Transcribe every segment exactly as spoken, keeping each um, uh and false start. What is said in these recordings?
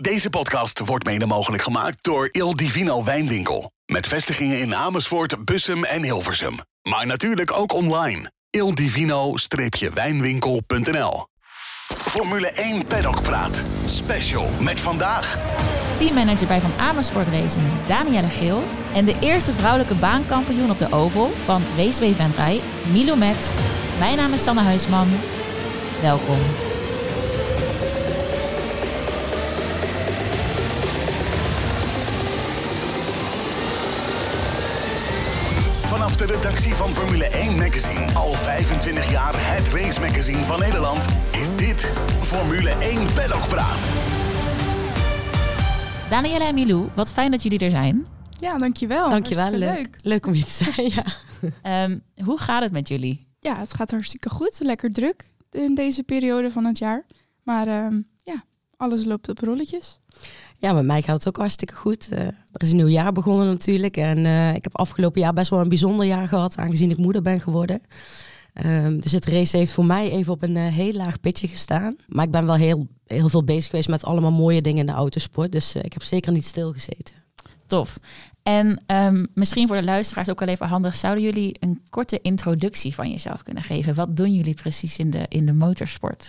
Deze podcast wordt mede mogelijk gemaakt door Il Divino Wijnwinkel. Met vestigingen in Amersfoort, Bussum en Hilversum. Maar natuurlijk ook online. il divino wijnwinkel punt n l. Formule één Paddock Praat. Special met vandaag. Teammanager bij Van Amersfoort Racing, Danielle Geel. En de eerste vrouwelijke baankampioen op de Oval van Raceway Venray, Milou Met. Mijn naam is Sanne Huisman. Welkom. Vanaf de redactie van Formule één Magazine, al vijfentwintig jaar het race magazine van Nederland, is dit Formule één Paddock Praat. Danielle en Milou, wat fijn dat jullie er zijn. Ja, dankjewel. Dankjewel, leuk. leuk. Leuk om hier te zijn, ja. Um, hoe gaat het met jullie? Ja, het gaat hartstikke goed. Lekker druk in deze periode van het jaar. Maar um, ja, alles loopt op rolletjes. Ja, met mij gaat het ook hartstikke goed. Uh, er is een nieuw jaar begonnen natuurlijk. En uh, ik heb afgelopen jaar best wel een bijzonder jaar gehad, aangezien ik moeder ben geworden. Um, dus het race heeft voor mij even op een uh, heel laag pitje gestaan. Maar ik ben wel heel, heel veel bezig geweest met allemaal mooie dingen in de autosport. Dus uh, ik heb zeker niet stilgezeten. Tof. En um, misschien voor de luisteraars ook wel even handig. Zouden jullie een korte introductie van jezelf kunnen geven? Wat doen jullie precies in de, in de motorsport?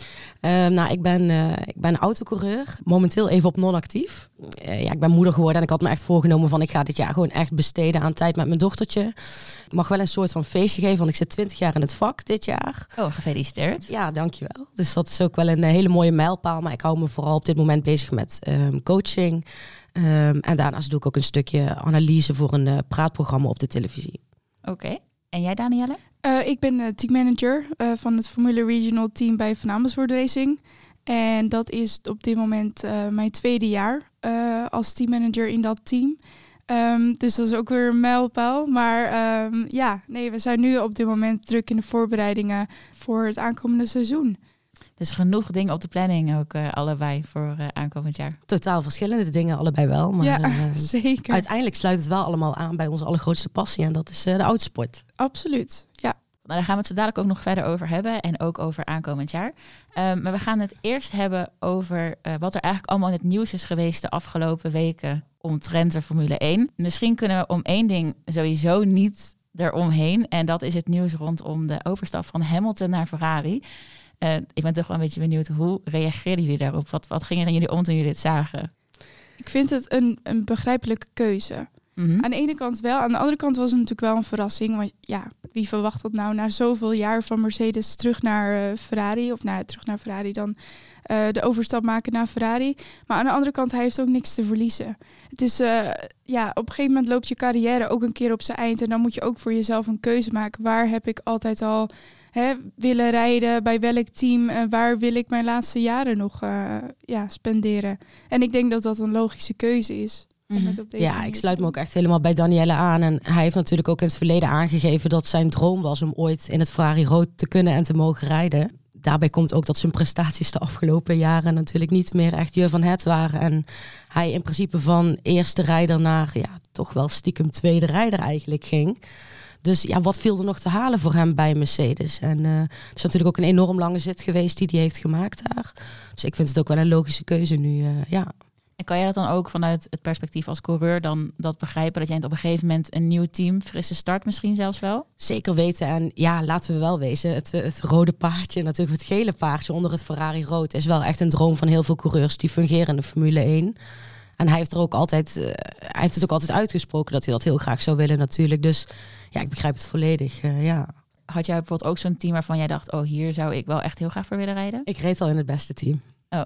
Uh, nou, ik ben, uh, ik ben autocoureur. Momenteel even op non-actief. Uh, ja, ik ben moeder geworden en ik had me echt voorgenomen van ik ga dit jaar gewoon echt besteden aan tijd met mijn dochtertje. Ik mag wel een soort van feestje geven, want ik zit twintig jaar in het vak dit jaar. Oh, gefeliciteerd. Ja, dankjewel. Dus dat is ook wel een hele mooie mijlpaal. Maar ik hou me vooral op dit moment bezig met um, coaching. Um, en daarnaast doe ik ook een stukje analyse voor een uh, praatprogramma op de televisie. Oké. Okay. En jij, Danielle? Uh, ik ben uh, teammanager uh, van het Formule Regional team bij Van Amersfoort Racing. En dat is op dit moment uh, mijn tweede jaar uh, als teammanager in dat team. Um, dus dat is ook weer een mijlpaal. Maar um, ja, nee, we zijn nu op dit moment druk in de voorbereidingen voor het aankomende seizoen. Dus genoeg dingen op de planning ook uh, allebei voor uh, aankomend jaar. Totaal verschillende dingen allebei wel. Maar ja, uh, zeker. Uiteindelijk sluit het wel allemaal aan bij onze allergrootste passie. En dat is uh, de autosport. Absoluut, ja. Nou, daar gaan we het zo dadelijk ook nog verder over hebben. En ook over aankomend jaar. Um, maar we gaan het eerst hebben over uh, wat er eigenlijk allemaal in het nieuws is geweest de afgelopen weken omtrent de Formule één. Misschien kunnen we om één ding sowieso niet eromheen. En dat is het nieuws rondom de overstap van Hamilton naar Ferrari. Uh, ik ben toch wel een beetje benieuwd, hoe reageerden jullie daarop? Wat, wat ging er in jullie om toen jullie dit zagen? Ik vind het een, een begrijpelijke keuze. Mm-hmm. Aan de ene kant wel, aan de andere kant was het natuurlijk wel een verrassing. Want ja, wie verwacht dat nou na zoveel jaar van Mercedes terug naar uh, Ferrari? Of nou, terug naar Ferrari dan uh, de overstap maken naar Ferrari. Maar aan de andere kant, hij heeft ook niks te verliezen. Het is, uh, ja, op een gegeven moment loopt je carrière ook een keer op zijn eind. En dan moet je ook voor jezelf een keuze maken. Waar heb ik altijd al hè, willen rijden? Bij welk team? Uh, waar wil ik mijn laatste jaren nog uh, ja, spenderen? En ik denk dat dat een logische keuze is. Mm-hmm. Ja, ik sluit me ook echt helemaal bij Danielle aan. En hij heeft natuurlijk ook in het verleden aangegeven dat zijn droom was om ooit in het Ferrari rood te kunnen en te mogen rijden. Daarbij komt ook dat zijn prestaties de afgelopen jaren natuurlijk niet meer echt je van het waren. En hij in principe van eerste rijder naar ja, toch wel stiekem tweede rijder eigenlijk ging. Dus ja, wat viel er nog te halen voor hem bij Mercedes? En uh, het is natuurlijk ook een enorm lange zit geweest die hij heeft gemaakt daar. Dus ik vind het ook wel een logische keuze nu, uh, ja. En kan jij dat dan ook vanuit het perspectief als coureur dan dat begrijpen? Dat jij op een gegeven moment een nieuw team, frisse start misschien zelfs wel? Zeker weten. En ja, laten we wel wezen. Het, het rode paardje, natuurlijk het gele paardje onder het Ferrari rood, is wel echt een droom van heel veel coureurs die fungeren in de Formule één. En hij heeft er ook altijd, uh, hij heeft het ook altijd uitgesproken dat hij dat heel graag zou willen natuurlijk. Dus ja, ik begrijp het volledig, uh, ja. Had jij bijvoorbeeld ook zo'n team waarvan jij dacht, oh, hier zou ik wel echt heel graag voor willen rijden? Ik reed al in het beste team. Oh.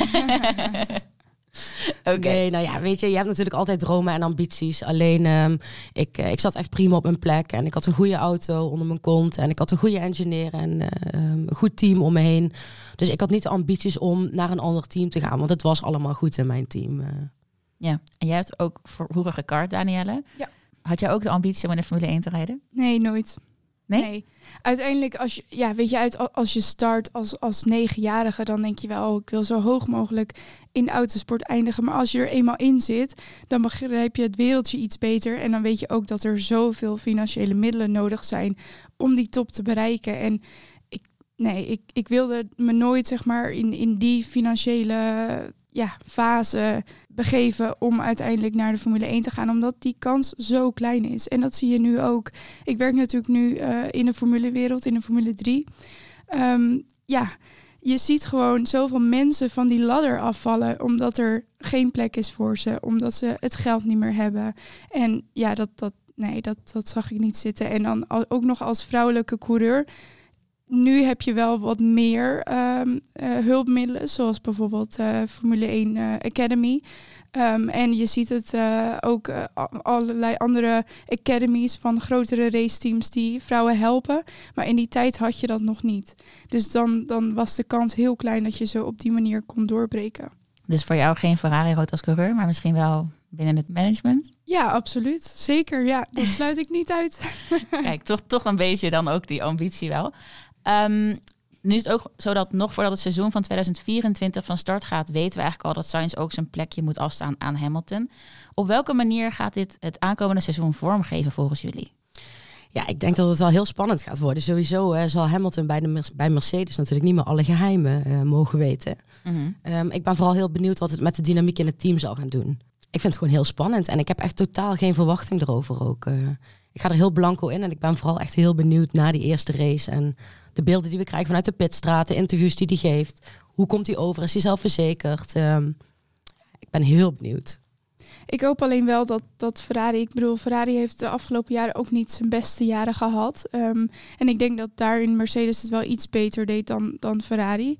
Oké. Okay. Nee, nou ja, weet je, je hebt natuurlijk altijd dromen en ambities. Alleen, um, ik, ik zat echt prima op mijn plek. En ik had een goede auto onder mijn kont. En ik had een goede engineer en uh, um, een goed team om me heen. Dus ik had niet de ambities om naar een ander team te gaan. Want het was allemaal goed in mijn team. Uh. Ja, en jij hebt ook vroeger gekart, Danielle. Ja. Had jij ook de ambitie om in de Formule één te rijden? Nee, nooit. Nee? nee. Uiteindelijk, als je, ja, weet je, uit, als je start als, als negenjarige, dan denk je wel, oh, ik wil zo hoog mogelijk in de autosport eindigen. Maar als je er eenmaal in zit, dan begrijp je het wereldje iets beter. En dan weet je ook dat er zoveel financiële middelen nodig zijn om die top te bereiken. En ik, nee, ik, ik wilde me nooit, zeg maar, in, in die financiële ja, fase begeven om uiteindelijk naar de Formule één te gaan. Omdat die kans zo klein is. En dat zie je nu ook. Ik werk natuurlijk nu uh, in de formulewereld, in de Formule drie. Um, ja, je ziet gewoon zoveel mensen van die ladder afvallen. Omdat er geen plek is voor ze. Omdat ze het geld niet meer hebben. En ja, dat, dat, nee, dat, dat zag ik niet zitten. En dan ook nog als vrouwelijke coureur. Nu heb je wel wat meer um, uh, hulpmiddelen, zoals bijvoorbeeld uh, Formule één uh, Academy. Um, en je ziet het uh, ook uh, allerlei andere academies van grotere raceteams die vrouwen helpen. Maar in die tijd had je dat nog niet. Dus dan, dan was de kans heel klein dat je zo op die manier kon doorbreken. Dus voor jou geen Ferrari-rood als coureur, maar misschien wel binnen het management? Ja, absoluut. Zeker, ja. Dat sluit ik niet uit. Kijk, toch, toch een beetje dan ook die ambitie wel. Um, nu is het ook zo dat nog voordat het seizoen van tweeduizend vierentwintig van start gaat, weten we eigenlijk al dat Sainz ook zijn plekje moet afstaan aan Hamilton. Op welke manier gaat dit het aankomende seizoen vormgeven volgens jullie? Ja, ik denk dat het wel heel spannend gaat worden. Sowieso uh, zal Hamilton bij, de, bij Mercedes natuurlijk niet meer alle geheimen uh, mogen weten. Mm-hmm. Um, ik ben vooral heel benieuwd wat het met de dynamiek in het team zal gaan doen. Ik vind het gewoon heel spannend en ik heb echt totaal geen verwachting erover ook. Uh, ik ga er heel blanco in en ik ben vooral echt heel benieuwd naar die eerste race en de beelden die we krijgen vanuit de pitstraat, de interviews die hij geeft. Hoe komt hij over? Is hij zelfverzekerd? Um, ik ben heel benieuwd. Ik hoop alleen wel dat, dat Ferrari... Ik bedoel, Ferrari heeft de afgelopen jaren ook niet zijn beste jaren gehad. Um, en ik denk dat daarin Mercedes het wel iets beter deed dan, dan Ferrari.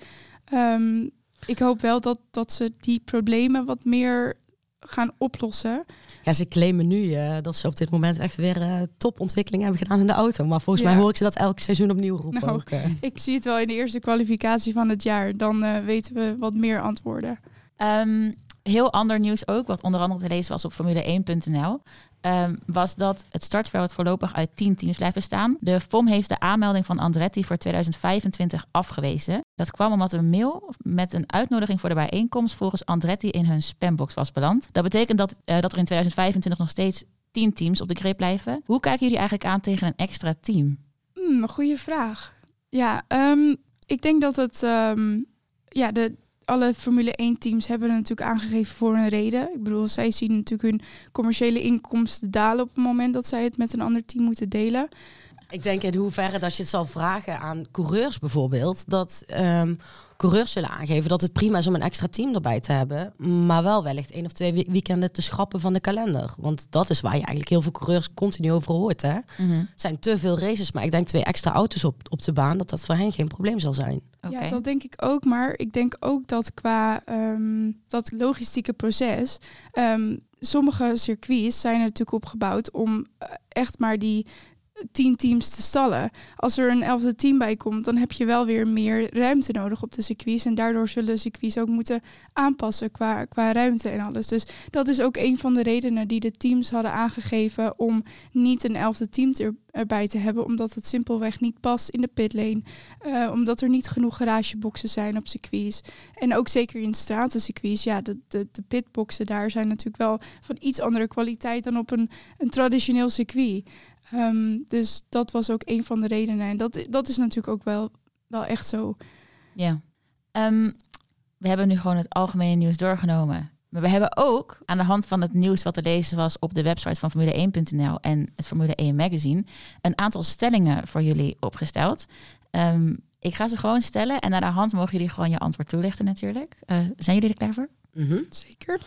Um, ik hoop wel dat, dat ze die problemen wat meer gaan oplossen. Ja, ze claimen nu uh, dat ze op dit moment echt weer uh, topontwikkeling hebben gedaan in de auto. Maar volgens ja. mij hoor ik ze dat elk seizoen opnieuw roepen. Nou, ook, uh. Ik zie het wel in de eerste kwalificatie van het jaar. Dan uh, weten we wat meer antwoorden. Um, heel ander nieuws ook, wat onder andere te lezen was op formule één punt n l... Um, was dat het startveld voorlopig uit tien teams blijft bestaan. De F O M heeft de aanmelding van Andretti voor tweeduizend vijfentwintig afgewezen. Dat kwam omdat een mail met een uitnodiging voor de bijeenkomst volgens Andretti in hun spambox was beland. Dat betekent dat, uh, dat er in tweeduizend vijfentwintig nog steeds tien teams op de grid blijven. Hoe kijken jullie eigenlijk aan tegen een extra team? Hmm, een goede vraag. Ja, um, ik denk dat het... Um, ja, de... Alle Formule één teams hebben het natuurlijk aangegeven voor een reden. Ik bedoel, zij zien natuurlijk hun commerciële inkomsten dalen op het moment dat zij het met een ander team moeten delen. Ik denk in hoeverre dat je het zal vragen aan coureurs bijvoorbeeld, dat um, coureurs zullen aangeven dat het prima is om een extra team erbij te hebben, maar wel wellicht één of twee weekenden te schrappen van de kalender. Want dat is waar je eigenlijk heel veel coureurs continu over hoort. Hè? Mm-hmm. Het zijn te veel races, maar ik denk twee extra auto's op, op de baan, dat dat voor hen geen probleem zal zijn. Okay. Ja, dat denk ik ook. Maar ik denk ook dat qua um, dat logistieke proces, um, sommige circuits zijn er natuurlijk opgebouwd om uh, echt maar die tien teams te stallen. Als er een elfde team bij komt, dan heb je wel weer meer ruimte nodig op de circuits. En daardoor zullen circuits ook moeten aanpassen qua, qua ruimte en alles. Dus dat is ook een van de redenen die de teams hadden aangegeven om niet een elfde team er, erbij te hebben. Omdat het simpelweg niet past in de pitlane. Uh, omdat er niet genoeg garageboxen zijn op circuits. En ook zeker in stratencircuits. Ja, de, de, de pitboxen daar zijn natuurlijk wel van iets andere kwaliteit dan op een, een traditioneel circuit. Um, dus dat was ook een van de redenen. En dat, dat is natuurlijk ook wel, wel echt zo. Ja. Um, we hebben nu gewoon het algemene nieuws doorgenomen. Maar we hebben ook aan de hand van het nieuws wat te lezen was op de website van formule één punt n l en het Formule één Magazine een aantal stellingen voor jullie opgesteld. Um, ik ga ze gewoon stellen en naar de hand mogen jullie gewoon je antwoord toelichten natuurlijk. Uh, zijn jullie er klaar voor? Mm-hmm. Zeker.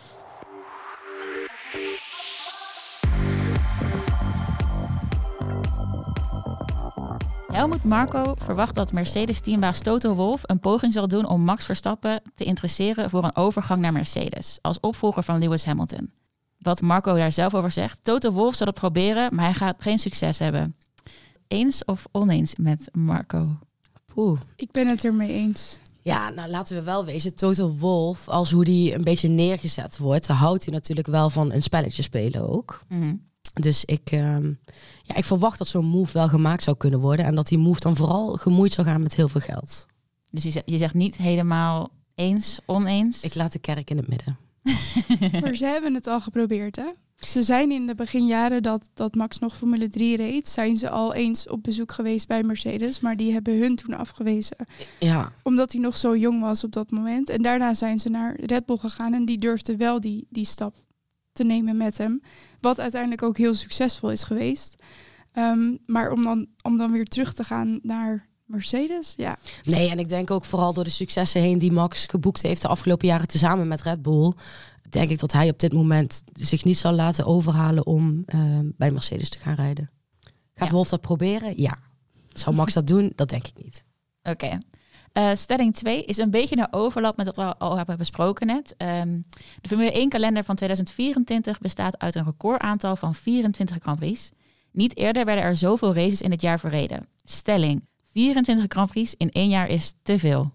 Helmut Marko verwacht dat Mercedes-teambaas Toto Wolff een poging zal doen om Max Verstappen te interesseren voor een overgang naar Mercedes, als opvolger van Lewis Hamilton. Wat Marko daar zelf over zegt, Toto Wolff zal het proberen, maar hij gaat geen succes hebben. Eens of oneens met Marko? Oeh. Ik ben het ermee eens. Ja, nou laten we wel wezen, Toto Wolff, als hoe die een beetje neergezet wordt, houdt hij natuurlijk wel van een spelletje spelen ook. Mm-hmm. Dus ik, um, ja, ik verwacht dat zo'n move wel gemaakt zou kunnen worden. En dat die move dan vooral gemoeid zou gaan met heel veel geld. Dus je zegt, je zegt niet helemaal eens, oneens? Ik laat de kerk in het midden. Maar ze hebben het al geprobeerd, hè? Ze zijn in de beginjaren dat, dat Max nog Formule drie reed, zijn ze al eens op bezoek geweest bij Mercedes, maar die hebben hun toen afgewezen. Ja. Omdat hij nog zo jong was op dat moment. En daarna zijn ze naar Red Bull gegaan en die durfden wel die, die stap te nemen met hem. Wat uiteindelijk ook heel succesvol is geweest. Um, maar om dan, om dan weer terug te gaan naar Mercedes, ja. Nee, en ik denk ook vooral door de successen heen die Max geboekt heeft de afgelopen jaren tezamen met Red Bull, denk ik dat hij op dit moment zich niet zal laten overhalen om uh, bij Mercedes te gaan rijden. Gaat ja. Wolf dat proberen? Ja. Zou Max dat doen? Dat denk ik niet. Oké. Okay. Uh, stelling twee is een beetje een overlap met wat we al hebben besproken net. Um, de Formule één kalender van tweeduizend vierentwintig bestaat uit een recordaantal van vierentwintig Grand Prix. Niet eerder werden er zoveel races in het jaar verreden. Stelling, vierentwintig Grand Prix in één jaar is te veel.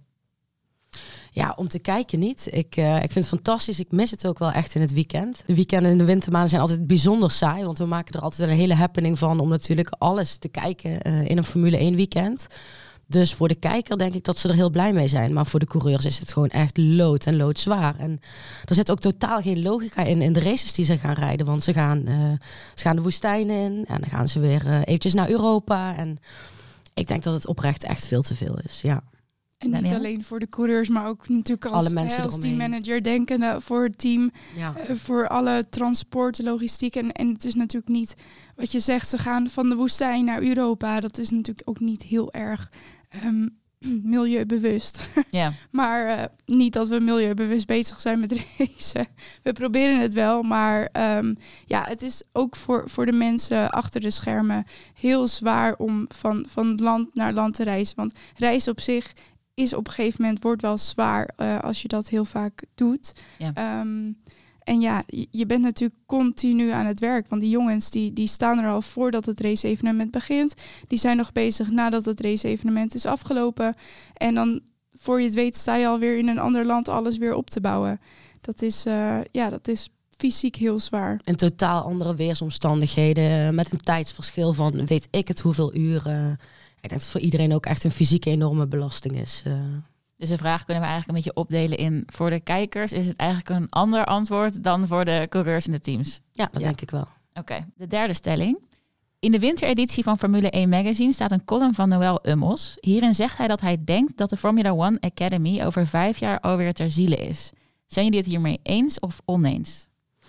Ja, om te kijken niet. Ik, uh, ik vind het fantastisch. Ik mis het ook wel echt in het weekend. De weekenden in de wintermaanden zijn altijd bijzonder saai. Want we maken er altijd een hele happening van om natuurlijk alles te kijken uh, in een Formule één weekend. Dus voor de kijker denk ik dat ze er heel blij mee zijn. Maar voor de coureurs is het gewoon echt lood en loodzwaar. En er zit ook totaal geen logica in in de races die ze gaan rijden. Want ze gaan, uh, ze gaan de woestijn in en dan gaan ze weer uh, eventjes naar Europa. En ik denk dat het oprecht echt veel te veel is, ja. En niet alleen voor de coureurs, maar ook natuurlijk als, alle mensen hè, als teammanager denken uh, voor het team. Ja. Uh, voor alle transport, logistiek. En, en het is natuurlijk niet wat je zegt, ze gaan van de woestijn naar Europa. Dat is natuurlijk ook niet heel erg um, milieubewust. Ja. maar uh, niet dat we milieubewust bezig zijn met racen. We proberen het wel, maar um, ja, het is ook voor, voor de mensen achter de schermen heel zwaar om van, van land naar land te reizen. Want reizen op zich is op een gegeven moment wordt wel zwaar uh, als je dat heel vaak doet. Ja. Um, en ja, je bent natuurlijk continu aan het werk. Want die jongens die, die staan er al voordat het race-evenement begint. Die zijn nog bezig nadat het race-evenement is afgelopen. En dan, voor je het weet, sta je alweer in een ander land alles weer op te bouwen. Dat is, uh, ja, dat is fysiek heel zwaar. En totaal andere weersomstandigheden. Met een tijdsverschil van weet ik het hoeveel uren. Ik denk dat het voor iedereen ook echt een fysieke enorme belasting is. Uh. Dus de vraag kunnen we eigenlijk een beetje opdelen in... voor de kijkers is het eigenlijk een ander antwoord dan voor de coureurs en de teams. Ja, dat ja. denk ik wel. Oké, okay. De derde stelling. In de wintereditie van Formule één Magazine staat een column van Noël Ummels. Hierin zegt hij dat hij denkt dat de Formula One Academy over vijf jaar alweer ter ziele is. Zijn jullie het hiermee eens of oneens?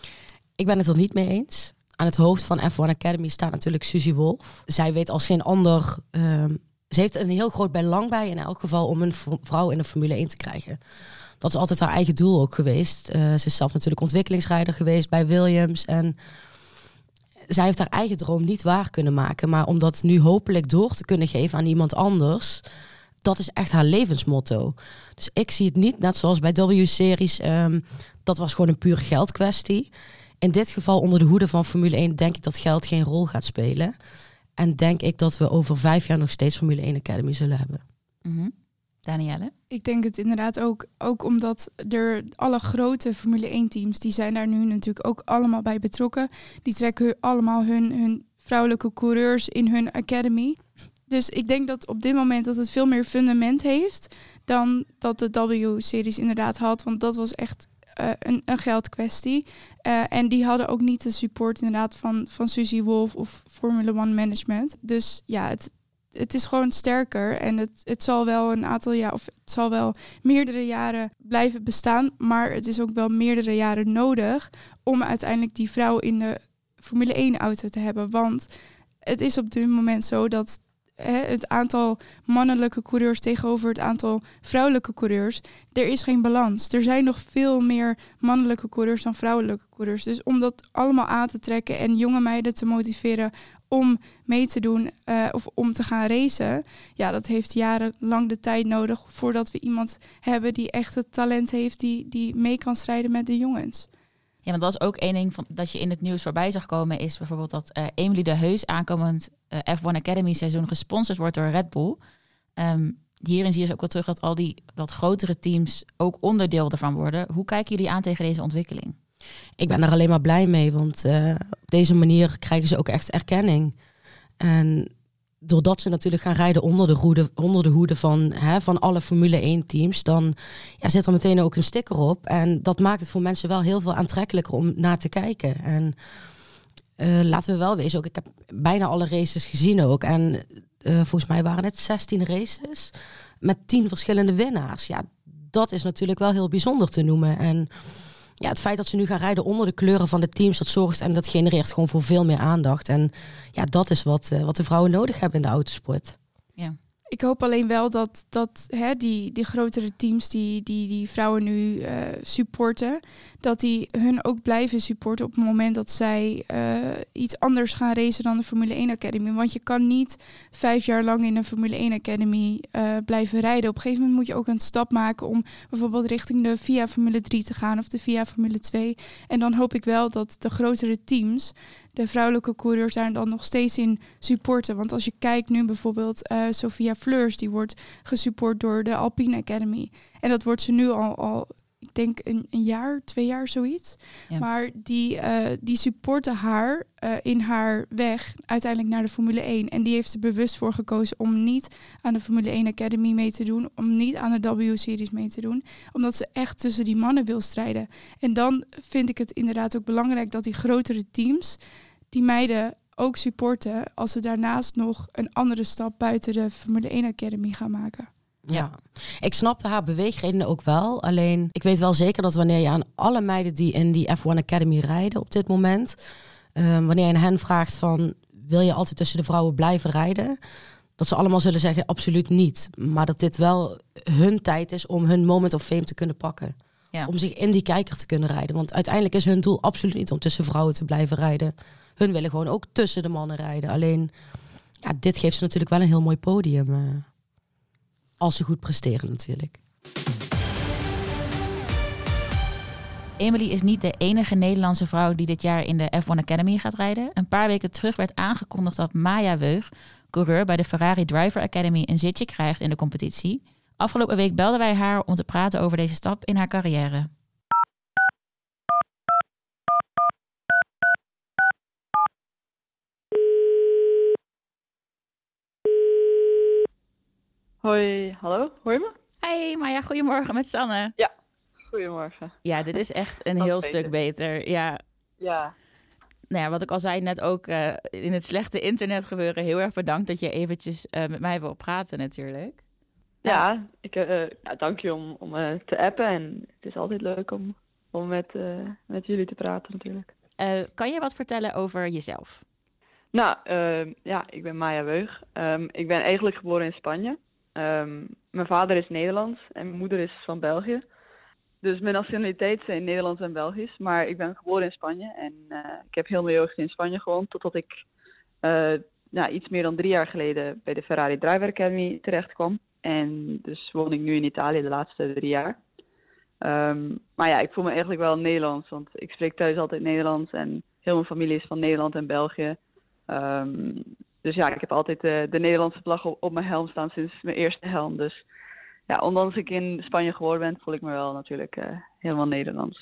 Ik ben het er niet mee eens. Aan het hoofd van F één Academy staat natuurlijk Susie Wolf. Zij weet als geen ander... Um, ze heeft een heel groot belang bij in elk geval om een vrouw in de Formule één te krijgen. Dat is altijd haar eigen doel ook geweest. Uh, ze is zelf natuurlijk ontwikkelingsrijder geweest bij Williams. En zij heeft haar eigen droom niet waar kunnen maken. Maar om dat nu hopelijk door te kunnen geven aan iemand anders... dat is echt haar levensmotto. Dus ik zie het niet, net zoals bij W-series... Um, dat was gewoon een pure geldkwestie. In dit geval onder de hoede van Formule één denk ik dat geld geen rol gaat spelen. En denk ik dat we over vijf jaar nog steeds Formule één Academy zullen hebben. Mm-hmm. Danielle? Ik denk het inderdaad ook, ook omdat er alle grote Formule één teams... die zijn daar nu natuurlijk ook allemaal bij betrokken. Die trekken allemaal hun, hun vrouwelijke coureurs in hun academy. Dus ik denk dat op dit moment dat het veel meer fundament heeft... dan dat de W-series inderdaad had. Want dat was echt... Uh, een, een geldkwestie. Uh, en die hadden ook niet de support inderdaad van, van Susie Wolf of Formula One Management. Dus ja, het, het is gewoon sterker. En het, het zal wel een aantal jaar, of het zal wel meerdere jaren blijven bestaan. Maar het is ook wel meerdere jaren nodig om uiteindelijk die vrouw in de Formule één auto te hebben. Want het is op dit moment zo dat het aantal mannelijke coureurs tegenover het aantal vrouwelijke coureurs, er is geen balans. Er zijn nog veel meer mannelijke coureurs dan vrouwelijke coureurs. Dus om dat allemaal aan te trekken en jonge meiden te motiveren om mee te doen uh, of om te gaan racen, ja, dat heeft jarenlang de tijd nodig voordat we iemand hebben die echt het talent heeft die, die mee kan strijden met de jongens. Ja, want dat is ook één ding van, dat je in het nieuws voorbij zag komen, is bijvoorbeeld dat uh, Emily de Heus aankomend uh, F één Academy seizoen gesponsord wordt door Red Bull. Um, hierin zie je dus ook wel terug dat al die wat grotere teams ook onderdeel ervan worden. Hoe kijken jullie aan tegen deze ontwikkeling? Ik ben er alleen maar blij mee, want uh, op deze manier krijgen ze ook echt erkenning. En doordat ze natuurlijk gaan rijden onder de hoede, onder de hoede van, hè, van alle Formule één teams, dan ja, zit er meteen ook een sticker op. En dat maakt het voor mensen wel heel veel aantrekkelijker om naar te kijken. En uh, laten we wel wezen, ook, ik heb bijna alle races gezien ook. En uh, volgens mij waren het zestien races met tien verschillende winnaars. Ja, dat is natuurlijk wel heel bijzonder te noemen. En ja, het feit dat ze nu gaan rijden onder de kleuren van de teams, dat zorgt en dat genereert gewoon voor veel meer aandacht. En ja, dat is wat, uh, wat de vrouwen nodig hebben in de autosport. Ja. Ik hoop alleen wel dat, dat hè, die, die grotere teams die die, die vrouwen nu uh, supporten, dat die hun ook blijven supporten op het moment dat zij uh, iets anders gaan racen dan de Formule één Academy. Want je kan niet vijf jaar lang in een Formule één Academy uh, blijven rijden. Op een gegeven moment moet je ook een stap maken om bijvoorbeeld richting de V I A Formule drie te gaan of de V I A Formule twee. En dan hoop ik wel dat de grotere teams de vrouwelijke coureurs daar dan nog steeds in supporten. Want als je kijkt nu bijvoorbeeld uh, Sophia Fleurs, die wordt gesupport door de Alpine Academy. En dat wordt ze nu al, al ik denk een, een jaar, twee jaar, zoiets. Ja. Maar die, uh, die supporten haar uh, in haar weg uiteindelijk naar de Formule één. En die heeft er bewust voor gekozen om niet aan de Formule één Academy mee te doen, om niet aan de W-series mee te doen, omdat ze echt tussen die mannen wil strijden. En dan vind ik het inderdaad ook belangrijk dat die grotere teams die meiden ook supporten als ze daarnaast nog een andere stap buiten de Formule één Academy gaan maken. Ja, ik snap haar beweegredenen ook wel. Alleen, ik weet wel zeker dat wanneer je aan alle meiden die in die F één Academy rijden op dit moment, um, wanneer je aan hen vraagt van, wil je altijd tussen de vrouwen blijven rijden? Dat ze allemaal zullen zeggen, absoluut niet. Maar dat dit wel hun tijd is om hun moment of fame te kunnen pakken. Ja. Om zich in die kijker te kunnen rijden. Want uiteindelijk is hun doel absoluut niet om tussen vrouwen te blijven rijden. Hun willen gewoon ook tussen de mannen rijden. Alleen, ja, dit geeft ze natuurlijk wel een heel mooi podium. Uh, als ze goed presteren natuurlijk. Emily is niet de enige Nederlandse vrouw die dit jaar in de F één Academy gaat rijden. Een paar weken terug werd aangekondigd dat Maya Weug, coureur bij de Ferrari Driver Academy, een zitje krijgt in de competitie. Afgelopen week belden wij haar om te praten over deze stap in haar carrière. Hoi, hallo, hoor je me? Hey Maya, goedemorgen met Sanne. Ja, goedemorgen. Ja, dit is echt een heel beter. stuk beter. Ja. Ja. Nou ja, wat ik al zei net ook uh, in het slechte internet gebeuren. Heel erg bedankt dat je eventjes uh, met mij wil praten natuurlijk. Ja, ja ik uh, ja, dank je om, om uh, te appen. En het is altijd leuk om, om met, uh, met jullie te praten natuurlijk. Uh, kan je wat vertellen over jezelf? Nou, uh, ja, ik ben Maya Weug. Um, ik ben eigenlijk geboren in Spanje. Um, mijn vader is Nederlands en mijn moeder is van België. Dus mijn nationaliteit zijn Nederlands en Belgisch. Maar ik ben geboren in Spanje en uh, ik heb heel mijn jeugd in Spanje gewoond. Totdat ik uh, nou, iets meer dan drie jaar geleden bij de Ferrari Driver Academy terecht kwam. En dus woon ik nu in Italië de laatste drie jaar. Um, maar ja, ik voel me eigenlijk wel Nederlands. Want ik spreek thuis altijd Nederlands en heel mijn familie is van Nederland en België. Um, dus ja, ik heb altijd uh, de Nederlandse vlag op, op mijn helm staan sinds mijn eerste helm. Dus ja, ondanks ik in Spanje geboren ben, voel ik me wel natuurlijk uh, helemaal Nederlands.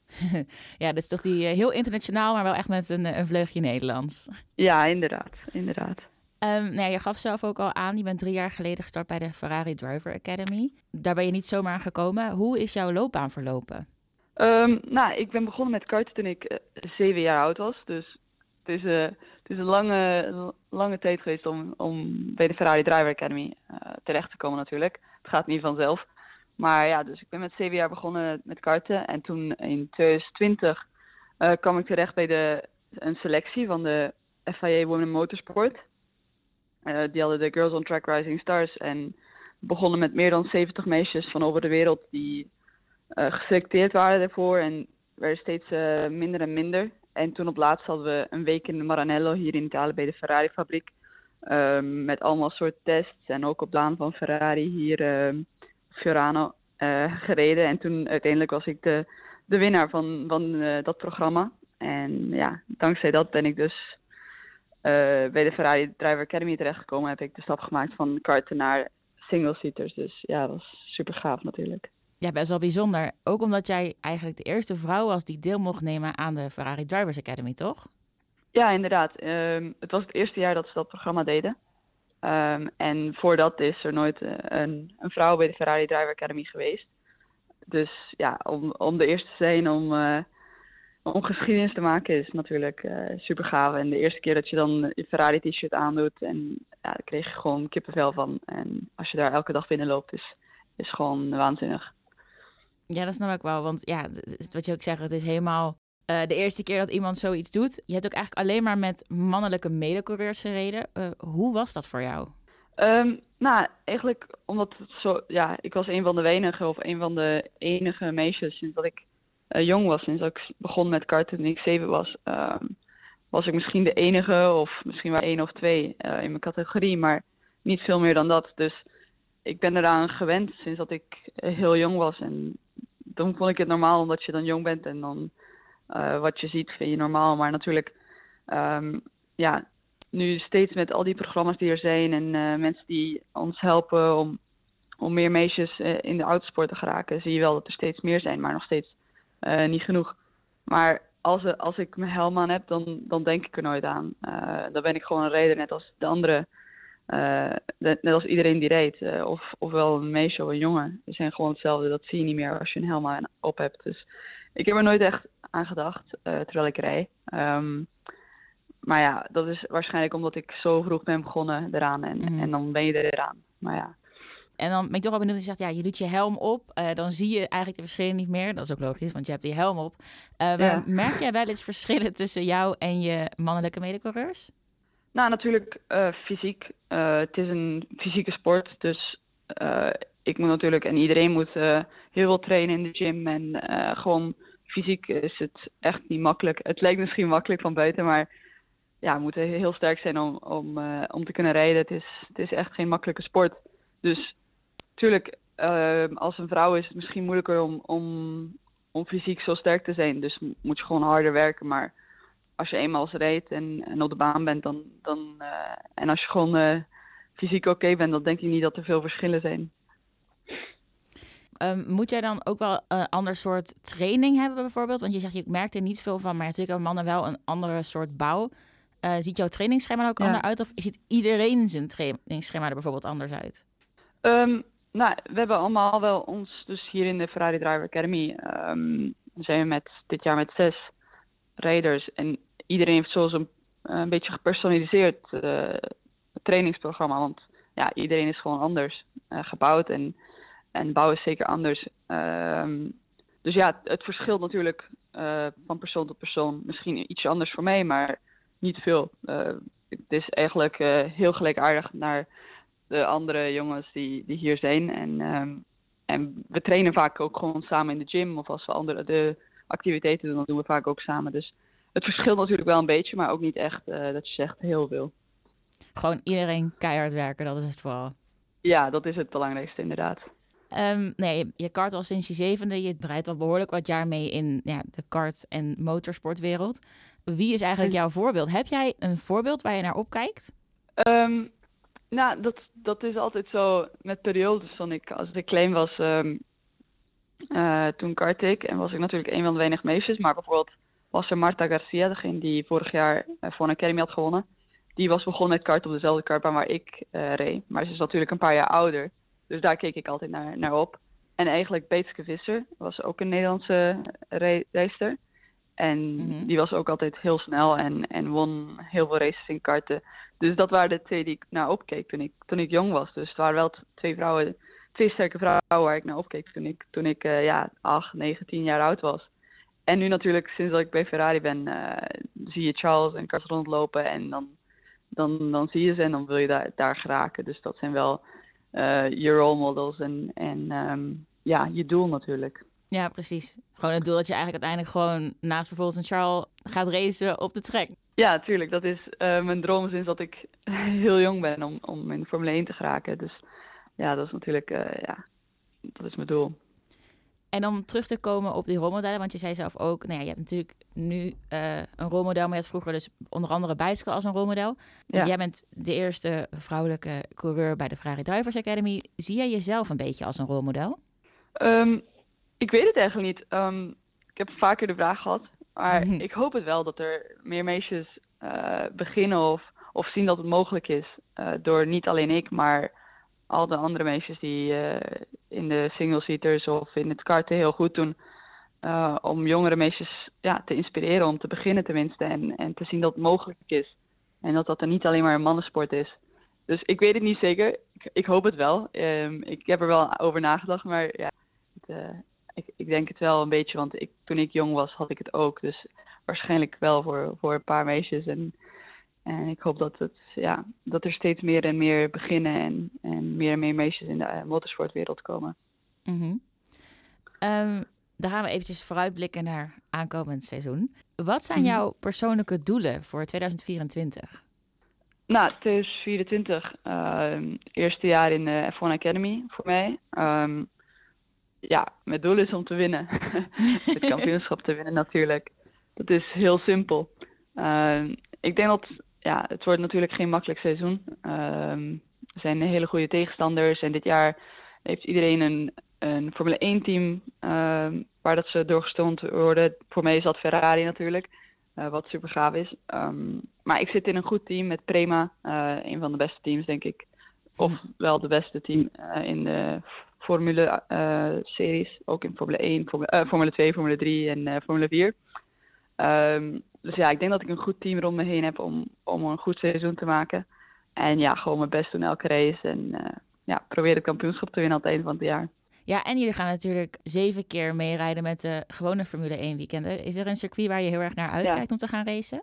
Ja, dus toch die uh, heel internationaal, maar wel echt met een, een vleugje Nederlands. Ja, inderdaad, inderdaad. Um, nou ja, je gaf zelf ook al aan, je bent drie jaar geleden gestart bij de Ferrari Driver Academy. Daar ben je niet zomaar gekomen. Hoe is jouw loopbaan verlopen? Um, nou, ik ben begonnen met karten toen ik uh, zeven jaar oud was. Dus het is, uh, het is een lange, lange tijd geweest om, om bij de Ferrari Driver Academy uh, terecht te komen natuurlijk. Het gaat niet vanzelf. Maar ja, dus ik ben met zeven jaar begonnen met karten. En toen in twintig twintig uh, kwam ik terecht bij de, een selectie van de F I A Women Motorsport. Uh, die hadden de Girls on Track Rising Stars. En begonnen met meer dan zeventig meisjes van over de wereld die uh, geselecteerd waren daarvoor. En werden steeds uh, minder en minder. En toen op laatst hadden we een week in Maranello hier in Italië bij de Ferrari fabriek. Uh, met allemaal soort tests. En ook op baan van Ferrari hier uh, Fiorano uh, gereden. En toen uiteindelijk was ik de, de winnaar van, van uh, dat programma. En ja, dankzij dat ben ik dus uh, bij de Ferrari Driver Academy terechtgekomen. Heb ik de stap gemaakt van karten naar single-seaters. Dus ja, dat was super gaaf natuurlijk. Ja, best wel bijzonder. Ook omdat jij eigenlijk de eerste vrouw was die deel mocht nemen aan de Ferrari Drivers Academy, toch? Ja, inderdaad. Um, het was het eerste jaar dat ze dat programma deden. Um, en voordat is er nooit uh, een, een vrouw bij de Ferrari Driver Academy geweest. Dus ja, om, om de eerste te zijn om, uh, om geschiedenis te maken is natuurlijk uh, super gaaf. En de eerste keer dat je dan je Ferrari t-shirt aandoet, en ja, daar kreeg je gewoon kippenvel van. En als je daar elke dag binnen loopt, is, is gewoon waanzinnig. Ja, dat snap ik wel. Want ja, wat je ook zegt, het is helemaal uh, de eerste keer dat iemand zoiets doet. Je hebt ook eigenlijk alleen maar met mannelijke medecoureurs gereden. Uh, hoe was dat voor jou? Um, nou, eigenlijk omdat het zo, ja, ik was een van de weinigen of een van de enige meisjes sinds dat ik uh, jong was. Sinds dat ik begon met karten toen ik zeven was. Um, was ik misschien de enige of misschien maar één of twee uh, in mijn categorie. Maar niet veel meer dan dat. Dus ik ben eraan gewend sinds dat ik uh, heel jong was. En toen vond ik het normaal omdat je dan jong bent. En dan uh, wat je ziet vind je normaal. Maar natuurlijk, um, ja... nu steeds met al die programma's die er zijn en uh, mensen die ons helpen om, om meer meisjes uh, in de autosport te geraken, zie je wel dat er steeds meer zijn, maar nog steeds uh, niet genoeg. Maar als, uh, als ik mijn helm aan heb, dan, dan denk ik er nooit aan. Uh, dan ben ik gewoon een rijder, net als de andere, uh, net als iedereen die rijdt. Uh, of, ofwel een meisje of een jongen. Ze zijn gewoon hetzelfde, dat zie je niet meer als je een helm aan op hebt. Dus ik heb er nooit echt aan gedacht, uh, terwijl ik rij. Um, Maar ja, dat is waarschijnlijk omdat ik zo vroeg ben begonnen eraan. En, mm. en dan ben je er eraan. Maar ja. En dan ben ik toch wel benieuwd. Je zegt, ja, je doet je helm op. Uh, dan zie je eigenlijk de verschillen niet meer. Dat is ook logisch, want je hebt die helm op. Uh, ja. Merk jij wel eens verschillen tussen jou en je mannelijke medecoureurs? Nou, natuurlijk uh, fysiek. Uh, het is een fysieke sport. Dus uh, ik moet natuurlijk, en iedereen moet uh, heel veel trainen in de gym. En uh, gewoon fysiek is het echt niet makkelijk. Het lijkt misschien makkelijk van buiten, maar ja, we moeten heel sterk zijn om, om, uh, om te kunnen rijden. Het is, het is echt geen makkelijke sport. Dus natuurlijk, uh, als een vrouw is het misschien moeilijker om, om, om fysiek zo sterk te zijn. Dus moet je gewoon harder werken. Maar als je eenmaal rijdt en, en op de baan bent, dan, dan, uh, en als je gewoon uh, fysiek oké okay bent, dan denk ik niet dat er veel verschillen zijn. Um, moet jij dan ook wel een ander soort training hebben bijvoorbeeld? Want je zegt, je merkt er niet veel van, maar natuurlijk hebben mannen wel een andere soort bouw. Uh, ziet jouw trainingsschema er ook ja. anders uit? Of ziet iedereen zijn trainingsschema er bijvoorbeeld anders uit? Um, nou, we hebben allemaal wel ons, dus hier in de Ferrari Driver Academy, um, zijn we met, dit jaar met zes rijders. En iedereen heeft zo een, een beetje gepersonaliseerd uh, trainingsprogramma. Want ja, iedereen is gewoon anders uh, gebouwd en, en bouw is zeker anders. Um, dus ja, het verschilt natuurlijk uh, van persoon tot persoon. Misschien iets anders voor mij, maar niet veel. Uh, het is eigenlijk uh, heel gelijkaardig naar de andere jongens die, die hier zijn. En, um, en we trainen vaak ook gewoon samen in de gym. Of als we andere de activiteiten doen, dan doen we vaak ook samen. Dus het verschilt natuurlijk wel een beetje, maar ook niet echt uh, dat je zegt heel veel. Gewoon iedereen keihard werken, dat is het vooral. Ja, dat is het belangrijkste inderdaad. Um, nee, je kart al sinds je zevende. Je draait al behoorlijk wat jaar mee in ja, de kart- en motorsportwereld. Wie is eigenlijk jouw voorbeeld? Heb jij een voorbeeld waar je naar opkijkt? Um, nou, dat, dat is altijd zo met periodes. Van ik, als ik klein was, um, uh, toen kart ik. En was ik natuurlijk een van de weinig meisjes. Maar bijvoorbeeld was er Marta Garcia, degene die vorig jaar uh, voor een Academy had gewonnen. Die was begonnen met kart op dezelfde kartbaan waar ik uh, reed. Maar ze is natuurlijk een paar jaar ouder. Dus daar keek ik altijd naar, naar op. En eigenlijk Beetske Visser was ook een Nederlandse re- rijster. En mm-hmm. die was ook altijd heel snel en, en won heel veel races in karten. Dus dat waren de twee die ik naar opkeek toen ik, toen ik jong was. Dus het waren wel twee vrouwen, twee sterke vrouwen waar ik naar opkeek toen ik, toen ik uh, ja, acht, negen, tien jaar oud was. En nu natuurlijk, sinds dat ik bij Ferrari ben, uh, zie je Charles en kart rondlopen. En dan, dan, dan zie je ze en dan wil je daar, daar geraken. Dus dat zijn wel uh, je role models en, en um, ja, je doel natuurlijk. Ja, precies. Gewoon het doel dat je eigenlijk uiteindelijk gewoon naast bijvoorbeeld een Charles gaat racen op de track. Ja, tuurlijk. Dat is uh, mijn droom sinds dat ik heel jong ben om, om in de Formule één te geraken. Dus ja, dat is natuurlijk, uh, ja, dat is mijn doel. En om terug te komen op die rolmodellen, want je zei zelf ook, nou ja, je hebt natuurlijk nu uh, een rolmodel, maar je had vroeger dus onder andere Beitske als een rolmodel. Ja. Jij bent de eerste vrouwelijke coureur bij de Ferrari Drivers Academy. Zie jij jezelf een beetje als een rolmodel? Um, ik weet het eigenlijk niet. Um, ik heb vaker de vraag gehad, maar ik hoop het wel dat er meer meisjes uh, beginnen of, of zien dat het mogelijk is. Uh, door niet alleen ik, maar al de andere meisjes die uh, in de single-seaters of in het karten heel goed doen. Uh, om jongere meisjes ja, te inspireren om te beginnen tenminste. En, en te zien dat het mogelijk is. En dat dat er niet alleen maar een mannensport is. Dus ik weet het niet zeker. Ik, ik hoop het wel. Um, ik heb er wel over nagedacht, maar ja, het, uh, ik, ik denk het wel een beetje. Want ik, toen ik jong was, had ik het ook. Dus waarschijnlijk wel voor, voor een paar meisjes. En, en ik hoop dat, het, ja, dat er steeds meer en meer beginnen. En, en meer en meer meisjes in de uh, motorsportwereld komen. Mm-hmm. Um, dan gaan we eventjes vooruitblikken naar aankomend seizoen. Wat zijn Mm-hmm. jouw persoonlijke doelen voor twintig vierentwintig? Nou, twintig vierentwintig, uh, eerste jaar in de F één Academy voor mij. Um, ja, mijn doel is om te winnen. Het kampioenschap te winnen natuurlijk. Dat is heel simpel. Uh, ik denk dat, ja, het wordt natuurlijk geen makkelijk seizoen. Uh, er zijn hele goede tegenstanders en dit jaar heeft iedereen een, een Formule één team uh, waar dat ze doorgestoomd worden. Voor mij is dat Ferrari natuurlijk. Uh, wat super gaaf is. Um, maar ik zit in een goed team met Prema. Uh, een van de beste teams, denk ik. Of wel de beste team uh, in de Formule uh, series. Ook in Formule één, Formule, uh, Formule twee, Formule drie en uh, Formule vier. Um, dus ja, ik denk dat ik een goed team rond me heen heb om, om een goed seizoen te maken. En ja, gewoon mijn best doen elke race. En uh, ja, proberen het kampioenschap te winnen aan het einde van het jaar. Ja, en jullie gaan natuurlijk zeven keer meerijden met de gewone Formule één weekenden. Is er een circuit waar je heel erg naar uitkijkt ja. om te gaan racen?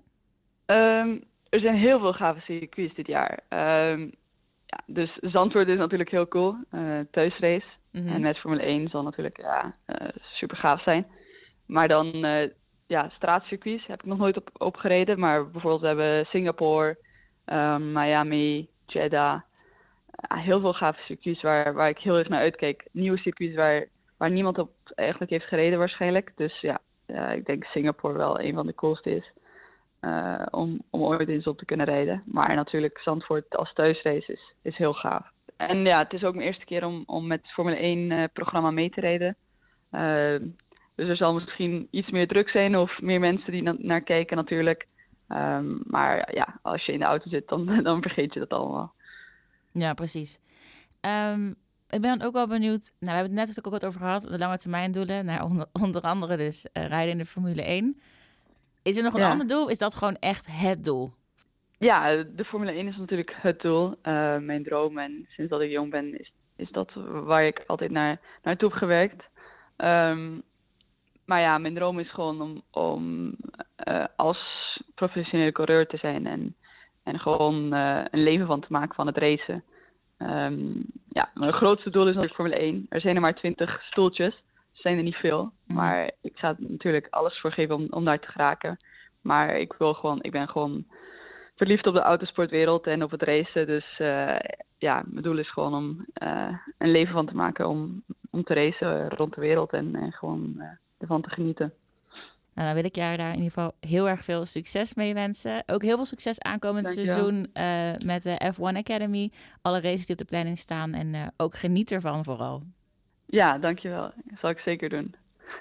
Um, er zijn heel veel gave circuits dit jaar. Um, ja, dus Zandvoort is natuurlijk heel cool. Uh, thuisrace. Mm-hmm. En met Formule één zal natuurlijk ja, uh, super gaaf zijn. Maar dan uh, ja, straatcircuits heb ik nog nooit op, op gereden. Maar bijvoorbeeld we hebben Singapore, um, Miami, Jeddah. Ja, heel veel gave circuits waar, waar ik heel erg naar uitkeek. Nieuwe circuits waar, waar niemand op eigenlijk heeft gereden waarschijnlijk. Dus ja, ja ik denk Singapore wel een van de coolste is. Uh, om, om ooit eens op te kunnen rijden. Maar natuurlijk Zandvoort als thuisrace is, is heel gaaf. En ja, het is ook mijn eerste keer om, om met het Formule één uh, programma mee te rijden. Uh, dus er zal misschien iets meer druk zijn of meer mensen die na- naar kijken natuurlijk. Um, maar ja, als je in de auto zit, dan, dan vergeet je dat allemaal. Ja, precies. Um, ik ben dan ook wel benieuwd. Nou, we hebben het net natuurlijk ook wat over gehad. De lange termijn doelen. Nou, onder, onder andere dus uh, rijden in de Formule één. Is er nog een ja. ander doel? Is dat gewoon echt het doel? Ja, de Formule één is natuurlijk het doel. Uh, mijn droom. En sinds dat ik jong ben, is, is dat waar ik altijd naar, naartoe heb gewerkt. Um, maar ja, mijn droom is gewoon om, om uh, als professionele coureur te zijn. En, en gewoon uh, een leven van te maken van het racen. Um, ja, mijn grootste doel is natuurlijk Formule één. Er zijn er maar twintig stoeltjes. Er zijn er niet veel. Mm. Maar ik ga natuurlijk alles voor geven om, om daar te geraken. Maar ik wil gewoon, ik ben gewoon verliefd op de autosportwereld en op het racen. Dus uh, ja, mijn doel is gewoon om uh, een leven van te maken om, om te racen rond de wereld en, en gewoon uh, ervan te genieten. Nou, dan wil ik jou daar in ieder geval heel erg veel succes mee wensen. Ook heel veel succes aankomend Dankjewel. seizoen uh, met de F één Academy. Alle races die op de planning staan en uh, ook geniet ervan vooral. Ja, dankjewel. Dat zal ik zeker doen.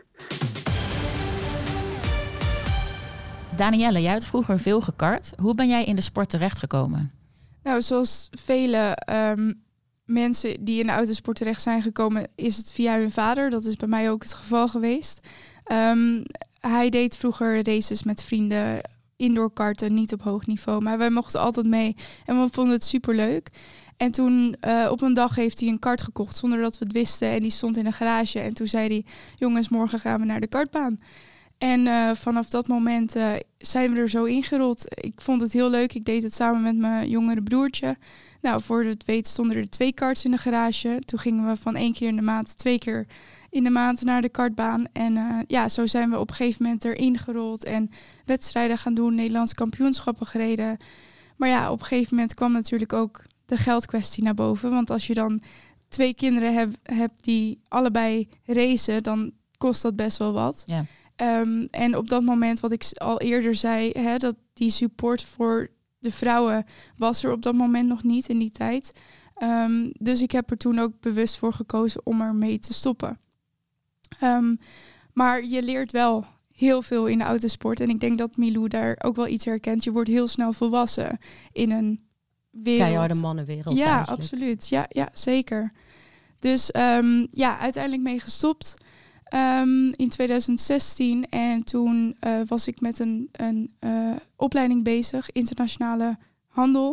Danielle, jij hebt vroeger veel gekart. Hoe ben jij in de sport terechtgekomen? Nou, zoals vele um, mensen die in de autosport terecht zijn gekomen, is het via hun vader. Dat is bij mij ook het geval geweest. Um, hij deed vroeger races met vrienden, indoor karten, niet op hoog niveau. Maar wij mochten altijd mee en we vonden het superleuk. En toen uh, op een dag heeft hij een kart gekocht zonder dat we het wisten. En die stond in een garage. En toen zei hij, jongens, morgen gaan we naar de kartbaan. En uh, vanaf dat moment uh, zijn we er zo ingerold. Ik vond het heel leuk. Ik deed het samen met mijn jongere broertje. Nou, voor het weet stonden er twee karts in de garage. Toen gingen we van één keer in de maand, twee keer in de maand naar de kartbaan. En uh, ja, zo zijn we op een gegeven moment erin gerold. En wedstrijden gaan doen, Nederlandse kampioenschappen gereden. Maar ja, op een gegeven moment kwam natuurlijk ook de geldkwestie naar boven. Want als je dan twee kinderen hebt heb die allebei racen, dan kost dat best wel wat. Ja. Um, en op dat moment, wat ik al eerder zei, hè, dat die support voor de vrouwen was er op dat moment nog niet in die tijd. Um, dus ik heb er toen ook bewust voor gekozen om er mee te stoppen. Um, maar je leert wel heel veel in de autosport. En ik denk dat Milou daar ook wel iets herkent. Je wordt heel snel volwassen in een wereld. Keiharde mannenwereld Ja, eigenlijk. absoluut. Ja, ja, zeker. Dus um, ja, uiteindelijk mee gestopt um, in twintig zestien. En toen uh, was ik met een, een uh, opleiding bezig, internationale handel.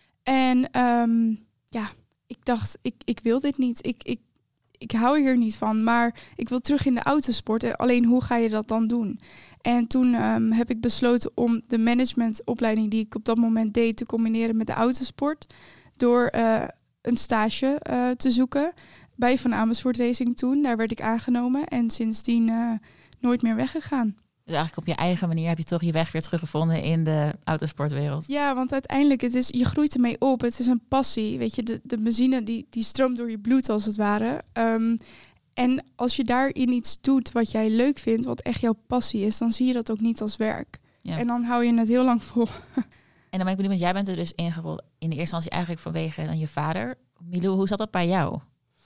En um, ja, ik dacht, ik, ik wil dit niet. Ik, ik, ik hou hier niet van, maar ik wil terug in de autosport. Alleen hoe ga je dat dan doen? En toen um, heb ik besloten om de managementopleiding die ik op dat moment deed te combineren met de autosport. Door uh, een stage uh, te zoeken bij Van Amersfoort Racing toen. Daar werd ik aangenomen en sindsdien uh, nooit meer weggegaan. Dus eigenlijk op je eigen manier heb je toch je weg weer teruggevonden in de autosportwereld. Ja, want uiteindelijk, het is, je groeit ermee op. Het is een passie. Weet je, de, de benzine die, die stroomt door je bloed als het ware. Um, en als je daarin iets doet wat jij leuk vindt, wat echt jouw passie is, dan zie je dat ook niet als werk. Ja. En dan hou je het heel lang vol. En dan ben ik benieuwd, want jij bent er dus ingerold in de eerste instantie eigenlijk vanwege dan je vader. Milou, hoe zat dat bij jou?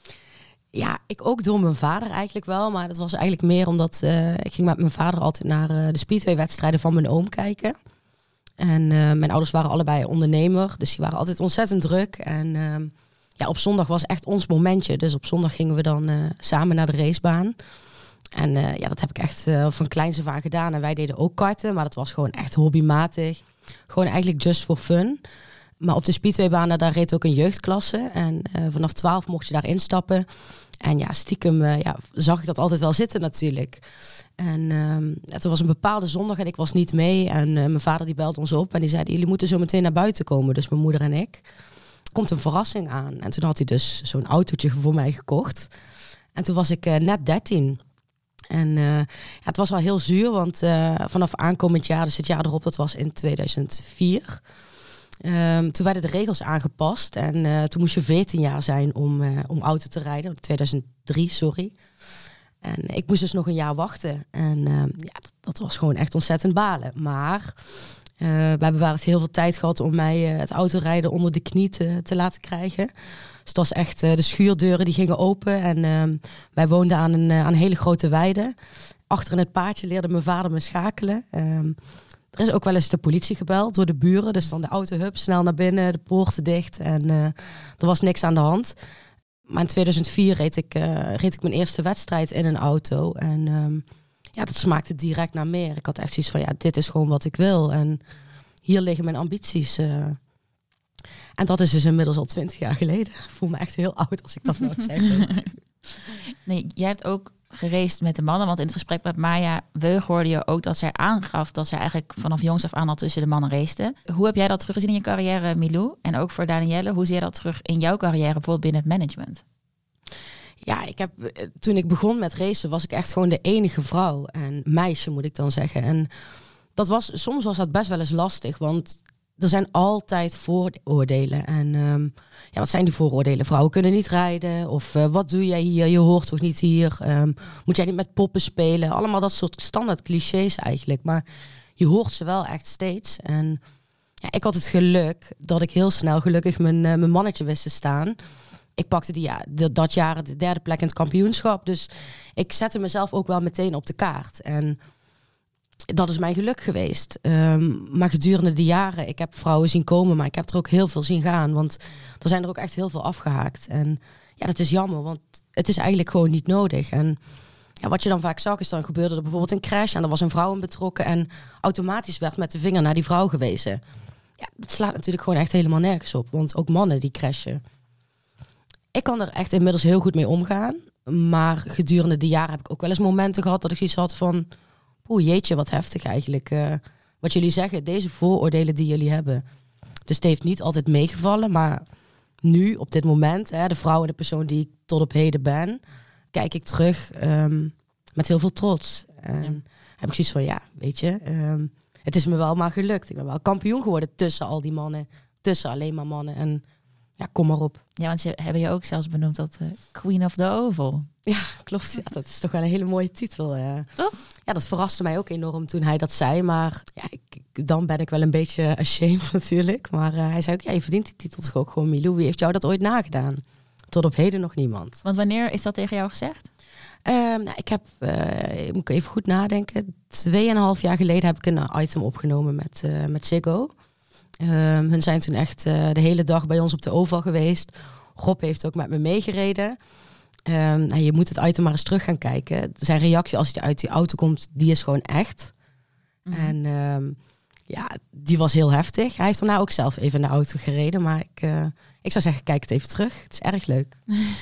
Ja, ik ook door mijn vader eigenlijk wel. Maar dat was eigenlijk meer omdat uh, ik ging met mijn vader altijd naar uh, de speedway-wedstrijden van mijn oom kijken. En uh, mijn ouders waren allebei ondernemer, dus die waren altijd ontzettend druk. En uh, ja, op zondag was echt ons momentje. Dus op zondag gingen we dan uh, samen naar de racebaan. En uh, ja, dat heb ik echt uh, van kleins af aan gedaan. En wij deden ook karten, maar dat was gewoon echt hobbymatig. Gewoon eigenlijk just for fun. Maar op de speedwaybanen, daar reed ook een jeugdklasse. En uh, vanaf twaalf mocht je daar instappen. En ja, stiekem uh, ja, zag ik dat altijd wel zitten natuurlijk. En uh, het was een bepaalde zondag en ik was niet mee. En uh, mijn vader die belde ons op en die zei, jullie moeten zo meteen naar buiten komen. Dus mijn moeder en ik. Er komt een verrassing aan. En toen had hij dus zo'n autootje voor mij gekocht. En toen was ik uh, net dertien. En uh, ja, het was wel heel zuur, want uh, vanaf aankomend jaar, dus het jaar erop, dat was in tweeduizend vier... Um, toen werden de regels aangepast en uh, toen moest je veertien jaar zijn om, uh, om auto te rijden. tweeduizend drie, sorry. En ik moest dus nog een jaar wachten. En uh, ja, dat, dat was gewoon echt ontzettend balen. Maar uh, we hebben wel heel veel tijd gehad om mij uh, het autorijden onder de knie te, te laten krijgen. Dus het was echt, uh, de schuurdeuren die gingen open. En uh, wij woonden aan een, uh, aan een hele grote weide. Achter in het paadje leerde mijn vader me schakelen. Um, Er is ook wel eens de politie gebeld door de buren. Dus dan de auto, hup, snel naar binnen, de poorten dicht. En uh, er was niks aan de hand. Maar in tweeduizend vier reed ik, uh, reed ik mijn eerste wedstrijd in een auto. En um, ja, dat smaakte direct naar meer. Ik had echt zoiets van, ja, dit is gewoon wat ik wil. En hier liggen mijn ambities. Uh. En dat is dus inmiddels al twintig jaar geleden. Ik voel me echt heel oud als ik dat nou zeg. Nee, jij hebt ook geraced met de mannen, want in het gesprek met Maya Weug hoorde je ook dat zij aangaf dat zij eigenlijk vanaf jongs af aan al tussen de mannen racete. Hoe heb jij dat teruggezien in je carrière, Milou? En ook voor Danielle, hoe zie je dat terug in jouw carrière, bijvoorbeeld binnen het management? Ja, ik heb, toen ik begon met racen was ik echt gewoon de enige vrouw en meisje, moet ik dan zeggen. En dat was, soms was dat best wel eens lastig, want er zijn altijd vooroordelen. En um, ja, wat zijn die vooroordelen? Vrouwen kunnen niet rijden. Of uh, wat doe jij hier? Je hoort toch niet hier? Um, moet jij niet met poppen spelen? Allemaal dat soort standaard clichés eigenlijk. Maar je hoort ze wel echt steeds. En ja, ik had het geluk dat ik heel snel gelukkig mijn, uh, mijn mannetje wist te staan. Ik pakte die, ja, de, dat jaar de derde plek in het kampioenschap. Dus ik zette mezelf ook wel meteen op de kaart. En dat is mijn geluk geweest. Um, maar gedurende de jaren, ik heb vrouwen zien komen, maar ik heb er ook heel veel zien gaan. Want er zijn er ook echt heel veel afgehaakt. En ja, dat is jammer, want het is eigenlijk gewoon niet nodig. En ja, wat je dan vaak zag, is dan gebeurde er bijvoorbeeld een crash en er was een vrouw in betrokken en automatisch werd met de vinger naar die vrouw gewezen. Ja, dat slaat natuurlijk gewoon echt helemaal nergens op, want ook mannen die crashen. Ik kan er echt inmiddels heel goed mee omgaan. Maar gedurende de jaren heb ik ook wel eens momenten gehad dat ik iets had van, oeh, jeetje, wat heftig eigenlijk. Uh, wat jullie zeggen, deze vooroordelen die jullie hebben. Dus het heeft niet altijd meegevallen, maar nu, op dit moment, hè, de vrouw en de persoon die ik tot op heden ben, kijk ik terug um, met heel veel trots. En ja. heb ik zoiets van, ja, weet je, um, het is me wel maar gelukt. Ik ben wel kampioen geworden tussen al die mannen, tussen alleen maar mannen. En ja, kom maar op. Ja, want ze hebben je ook zelfs benoemd dat uh, Queen of the Oval. Ja, klopt. Ja, dat is toch wel een hele mooie titel. Uh. Toch? Ja, dat verraste mij ook enorm toen hij dat zei. Maar ja, ik, dan ben ik wel een beetje ashamed natuurlijk. Maar uh, hij zei ook, ja, je verdient die titel toch ook gewoon, Milou. Wie heeft jou dat ooit nagedaan? Tot op heden nog niemand. Want wanneer is dat tegen jou gezegd? nou, ik heb, uh, moet ik even goed nadenken. Tweeënhalf jaar geleden heb ik een item opgenomen met, uh, met Ziggo. Um, hun zijn toen echt uh, de hele dag bij ons op de oval geweest. Rob heeft ook met me meegereden. Um, nou, je moet het item maar eens terug gaan kijken. Zijn reactie als hij uit die auto komt, die is gewoon echt. Mm-hmm. En um, ja, die was heel heftig. Hij heeft daarna ook zelf even in de auto gereden. Maar ik, uh, ik zou zeggen, kijk het even terug. Het is erg leuk.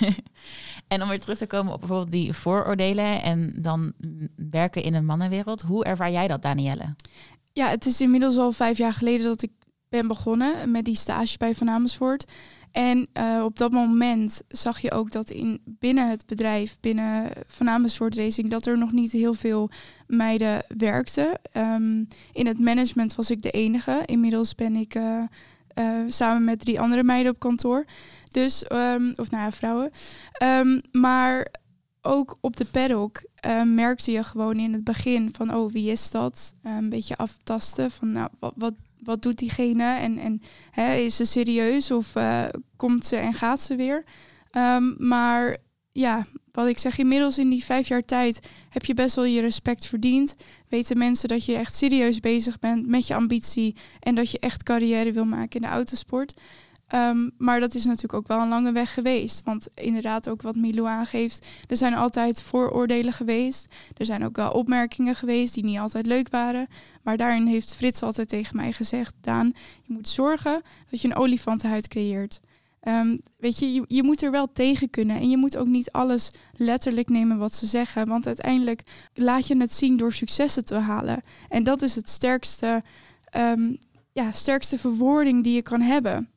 En om weer terug te komen op bijvoorbeeld die vooroordelen en dan werken in een mannenwereld. Hoe ervaar jij dat, Danielle? Ja, het is inmiddels al vijf jaar geleden dat ik ben begonnen met die stage bij Van Amersfoort. En uh, op dat moment zag je ook dat in binnen het bedrijf, binnen Van Amersfoort Racing, dat er nog niet heel veel meiden werkten. Um, in het management was ik de enige. Inmiddels ben ik uh, uh, samen met drie andere meiden op kantoor. Dus, um, of nou ja, vrouwen. Um, maar ook op de paddock uh, merkte je gewoon in het begin van, oh, wie is dat? Uh, een beetje aftasten van, nou, wat, wat, wat doet diegene? En, en hè, is ze serieus of uh, komt ze en gaat ze weer? Um, maar ja, wat ik zeg, inmiddels in die vijf jaar tijd heb je best wel je respect verdiend. Weten mensen dat je echt serieus bezig bent met je ambitie en dat je echt carrière wil maken in de autosport. Um, maar dat is natuurlijk ook wel een lange weg geweest. Want inderdaad, ook wat Milou aangeeft, er zijn altijd vooroordelen geweest. Er zijn ook wel opmerkingen geweest die niet altijd leuk waren. Maar daarin heeft Frits altijd tegen mij gezegd, Daan, je moet zorgen dat je een olifantenhuid creëert. Um, weet je, je, je moet er wel tegen kunnen. En je moet ook niet alles letterlijk nemen wat ze zeggen. Want uiteindelijk laat je het zien door successen te halen. En dat is het sterkste, um, ja, sterkste verwoording die je kan hebben.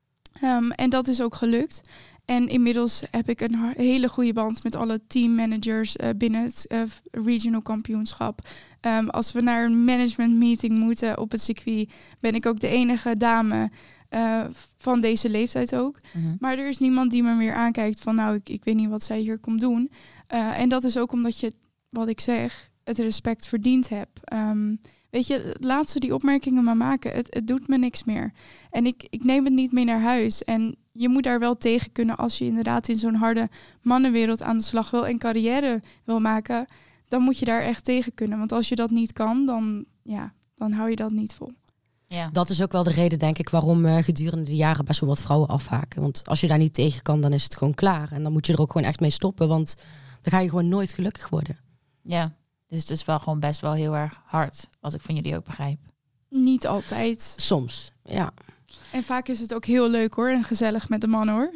Um, en dat is ook gelukt. En inmiddels heb ik een hele goede band met alle teammanagers uh, binnen het uh, regional kampioenschap. Um, als we naar een management meeting moeten op het circuit, ben ik ook de enige dame uh, van deze leeftijd ook. Mm-hmm. Maar er is niemand die me meer aankijkt van, nou, ik, ik weet niet wat zij hier komt doen. Uh, en dat is ook omdat je, wat ik zeg, het respect verdiend hebt. Um, Weet je, laat ze die opmerkingen maar maken. Het, het doet me niks meer. En ik, ik neem het niet mee naar huis. En je moet daar wel tegen kunnen als je inderdaad in zo'n harde mannenwereld aan de slag wil en carrière wil maken. Dan moet je daar echt tegen kunnen. Want als je dat niet kan, dan, ja, dan hou je dat niet vol. Ja. Dat is ook wel de reden, denk ik, waarom uh, gedurende de jaren best wel wat vrouwen afhaken. Want als je daar niet tegen kan, dan is het gewoon klaar. En dan moet je er ook gewoon echt mee stoppen. Want dan ga je gewoon nooit gelukkig worden. Ja. Dus het is wel gewoon best wel heel erg hard, als ik van jullie ook begrijp. Niet altijd. Soms, ja. En vaak is het ook heel leuk hoor, en gezellig met de man hoor.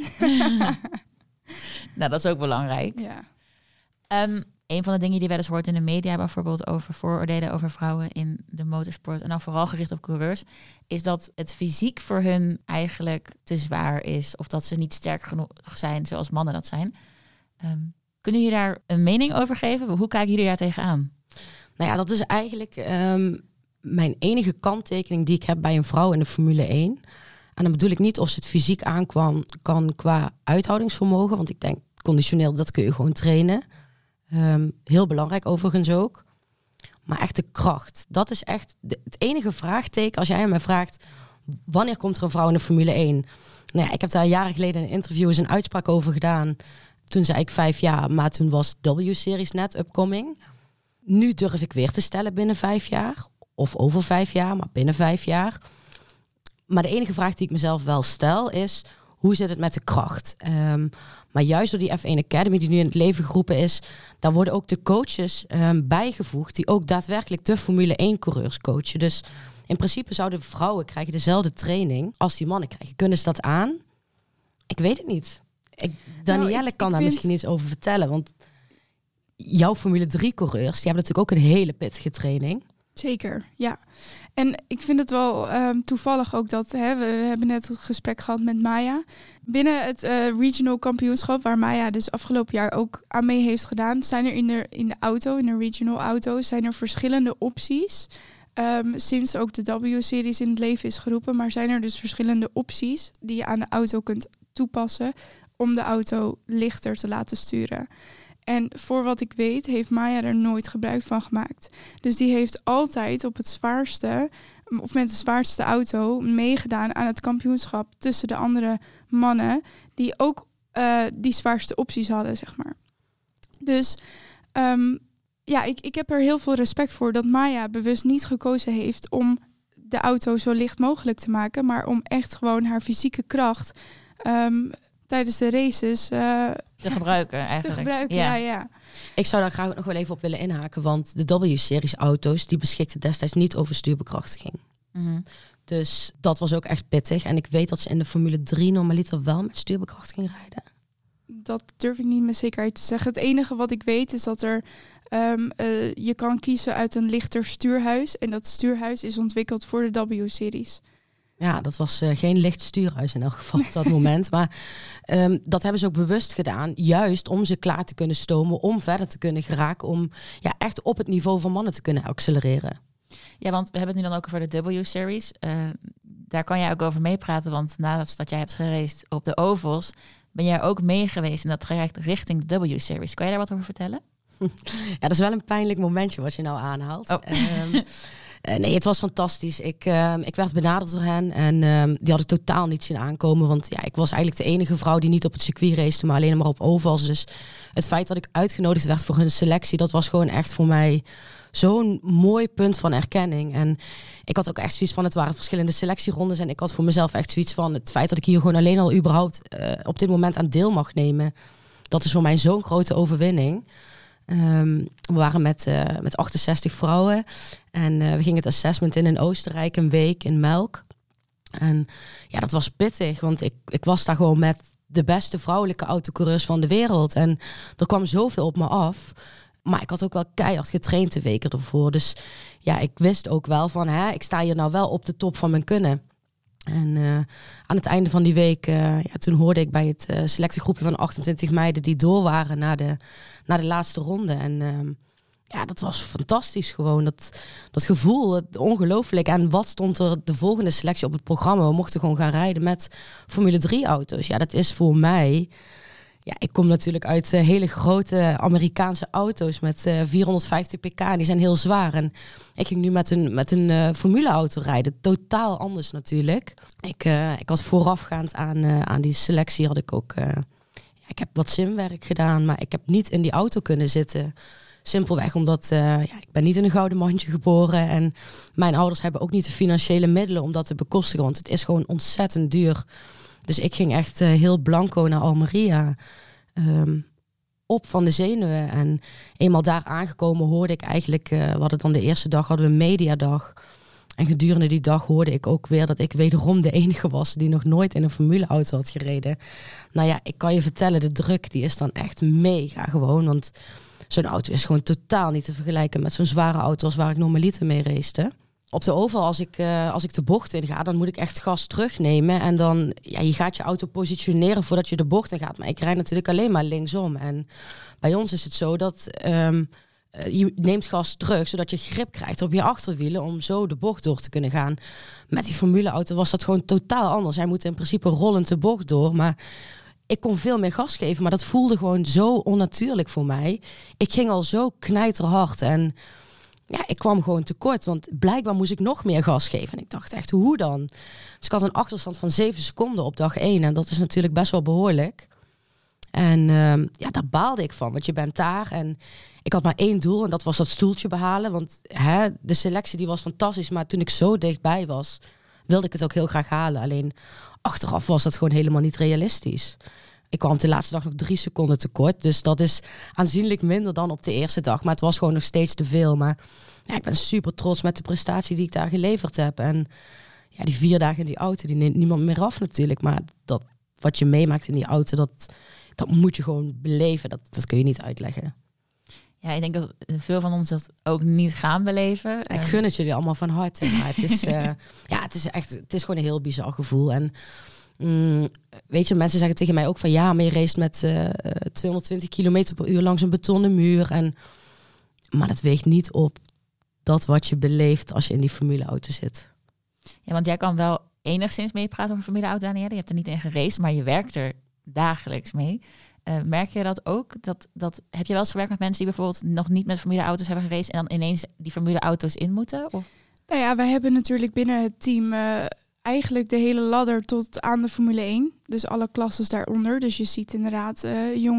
Nou, dat is ook belangrijk. Ja. Um, een van de dingen die je wel eens hoort in de media, bijvoorbeeld over vooroordelen over vrouwen in de motorsport, en dan vooral gericht op coureurs, is dat het fysiek voor hun eigenlijk te zwaar is. Of dat ze niet sterk genoeg zijn zoals mannen dat zijn. Um, Kunnen jullie daar een mening over geven? Hoe kijken jullie daar tegenaan? Nou ja, dat is eigenlijk um, mijn enige kanttekening die ik heb bij een vrouw in de Formule één. En dan bedoel ik niet of ze het fysiek aankwam kan qua uithoudingsvermogen. Want ik denk, conditioneel, dat kun je gewoon trainen. Um, heel belangrijk overigens ook. Maar echt de kracht. Dat is echt de, het enige vraagteken als jij aan mij vraagt, wanneer komt er een vrouw in de Formule één? Nou ja, ik heb daar jaren geleden in een interview eens een uitspraak over gedaan. Toen zei ik vijf jaar, maar toen was W-series net upcoming. Nu durf ik weer te stellen binnen vijf jaar. Of over vijf jaar, maar binnen vijf jaar. Maar de enige vraag die ik mezelf wel stel is, hoe zit het met de kracht? Um, maar juist door die F één Academy die nu in het leven geroepen is, daar worden ook de coaches um, bijgevoegd die ook daadwerkelijk de Formule één coureurs coachen. Dus in principe zouden vrouwen krijgen dezelfde training als die mannen krijgen. Kunnen ze dat aan? Ik weet het niet. Ik, Danielle nou, ik, kan ik daar vind... misschien iets over vertellen. Want jouw Formule drie coureurs, die hebben natuurlijk ook een hele pittige training. Zeker, ja. En ik vind het wel um, toevallig ook dat, hè, we hebben net het gesprek gehad met Maya. Binnen het uh, regional kampioenschap, waar Maya dus afgelopen jaar ook aan mee heeft gedaan, zijn er in de, in de auto, in de regional auto, zijn er verschillende opties. Um, sinds ook de W-series in het leven is geroepen, maar zijn er dus verschillende opties die je aan de auto kunt toepassen om de auto lichter te laten sturen. En voor wat ik weet heeft Maya er nooit gebruik van gemaakt. Dus die heeft altijd op het zwaarste, of met de zwaarste auto, meegedaan aan het kampioenschap tussen de andere mannen die ook uh, die zwaarste opties hadden, zeg maar. Dus um, ja, ik, ik heb er heel veel respect voor dat Maya bewust niet gekozen heeft om de auto zo licht mogelijk te maken, maar om echt gewoon haar fysieke kracht um, tijdens de races uh, te gebruiken eigenlijk. Te gebruiken, ja. ja, ja. Ik zou daar graag nog wel even op willen inhaken, want de W-series auto's die beschikten destijds niet over stuurbekrachtiging. Mm-hmm. Dus dat was ook echt pittig. En ik weet dat ze in de Formule drie normaliter wel met stuurbekrachtiging rijden. Dat durf ik niet met zekerheid te zeggen. Het enige wat ik weet is dat er um, uh, je kan kiezen uit een lichter stuurhuis. En dat stuurhuis is ontwikkeld voor de W-series. Ja, dat was uh, geen licht stuurhuis in elk geval op dat moment. Maar um, dat hebben ze ook bewust gedaan. Juist om ze klaar te kunnen stomen, om verder te kunnen geraken. Om ja, echt op het niveau van mannen te kunnen accelereren. Ja, want we hebben het nu dan ook over de W-series. Uh, daar kan jij ook over meepraten. Want nadat dat jij hebt geraced op de ovals, ben jij ook mee geweest in dat traject richting de W-series. Kan je daar wat over vertellen? Ja, dat is wel een pijnlijk momentje wat je nou aanhaalt. Oh. Um, Uh, nee, het was fantastisch. Ik, uh, ik werd benaderd door hen en uh, die hadden totaal niet zien aankomen. Want ja, ik was eigenlijk de enige vrouw die niet op het circuit racete, maar alleen maar op ovals. Dus het feit dat ik uitgenodigd werd voor hun selectie, dat was gewoon echt voor mij zo'n mooi punt van erkenning. En ik had ook echt zoiets van, het waren verschillende selectierondes. En ik had voor mezelf echt zoiets van, het feit dat ik hier gewoon alleen al überhaupt uh, op dit moment aan deel mag nemen, dat is voor mij zo'n grote overwinning. Um, we waren met, uh, met achtenzestig vrouwen en uh, we gingen het assessment in in Oostenrijk, een week in Melk. En ja, dat was pittig, want ik, ik was daar gewoon met de beste vrouwelijke autocoureurs van de wereld. En er kwam zoveel op me af. Maar ik had ook wel keihard getraind de weken ervoor. Dus ja, ik wist ook wel van, hè, ik sta hier nou wel op de top van mijn kunnen. En uh, aan het einde van die week, uh, ja, toen hoorde ik bij het uh, selectiegroepje van achtentwintig meiden die door waren naar de, naar de laatste ronde. En uh, ja, dat was fantastisch gewoon. Dat, dat gevoel, het, ongelooflijk. En wat stond er de volgende selectie op het programma? We mochten gewoon gaan rijden met Formule drie auto's. Ja, dat is voor mij... Ja, ik kom natuurlijk uit uh, hele grote Amerikaanse auto's met uh, vierhonderdvijftig pk. En die zijn heel zwaar. En ik ging nu met een, met een uh, formuleauto rijden. Totaal anders natuurlijk. Ik, uh, ik had voorafgaand aan, uh, aan die selectie had ik ook... Uh, ja, ik heb wat simwerk gedaan, maar ik heb niet in die auto kunnen zitten. Simpelweg omdat uh, ja, ik ben niet in een gouden mandje geboren. En mijn ouders hebben ook niet de financiële middelen om dat te bekostigen. Want het is gewoon ontzettend duur. Dus ik ging echt uh, heel blanco naar Almeria. Um, op van de zenuwen. En eenmaal daar aangekomen hoorde ik eigenlijk... Uh, we hadden dan de eerste dag, hadden we een mediadag. En gedurende die dag hoorde ik ook weer dat ik wederom de enige was... die nog nooit in een formuleauto had gereden. Nou ja, ik kan je vertellen, de druk die is dan echt mega gewoon. Want zo'n auto is gewoon totaal niet te vergelijken... met zo'n zware auto als waar ik normaliter mee racete. Op de oval, als ik, uh, als ik de bocht in ga, dan moet ik echt gas terugnemen. En dan, ja, je gaat je auto positioneren voordat je de bocht in gaat. Maar ik rijd natuurlijk alleen maar linksom. En bij ons is het zo dat um, je neemt gas terug, zodat je grip krijgt op je achterwielen om zo de bocht door te kunnen gaan. Met die formuleauto was dat gewoon totaal anders. Hij moet in principe rollend de bocht door, maar... Ik kon veel meer gas geven, maar dat voelde gewoon zo onnatuurlijk voor mij. Ik ging al zo knijterhard en... Ja, ik kwam gewoon tekort, want blijkbaar moest ik nog meer gas geven. En ik dacht echt, hoe dan? Dus ik had een achterstand van zeven seconden op dag één. En dat is natuurlijk best wel behoorlijk. En uh, ja, daar baalde ik van, want je bent daar. En ik had maar één doel en dat was dat stoeltje behalen. Want hè, de selectie die was fantastisch. Maar toen ik zo dichtbij was, wilde ik het ook heel graag halen. Alleen achteraf was dat gewoon helemaal niet realistisch. Ik kwam de laatste dag nog drie seconden tekort. Dus dat is aanzienlijk minder dan op de eerste dag. Maar het was gewoon nog steeds te veel. Maar ja, ik ben super trots met de prestatie die ik daar geleverd heb. En ja, die vier dagen in die auto, die neemt niemand meer af natuurlijk. Maar dat, wat je meemaakt in die auto, dat, dat moet je gewoon beleven. Dat, dat kun je niet uitleggen. Ja, ik denk dat veel van ons dat ook niet gaan beleven. Ik gun het jullie allemaal van harte. Maar het is, uh, ja, het is echt, het is gewoon een heel bizar gevoel. En... Mm, weet je, mensen zeggen tegen mij ook van ja, maar je race met uh, tweehonderdtwintig kilometer per uur langs een betonnen muur. En, maar dat weegt niet op dat wat je beleeft als je in die formuleauto zit. Ja, want jij kan wel enigszins meepraten over formuleauto, Danielle. Je hebt er niet in geraced, maar je werkt er dagelijks mee. Uh, merk je dat ook? Dat, dat, heb je wel eens gewerkt met mensen die bijvoorbeeld nog niet met formuleauto's hebben geraced en dan ineens die formuleauto's in moeten? Of? Nou ja, wij hebben natuurlijk binnen het team... Uh... eigenlijk de hele ladder tot aan de Formule één. Dus alle klasses daaronder. Dus je ziet inderdaad uh, jonge,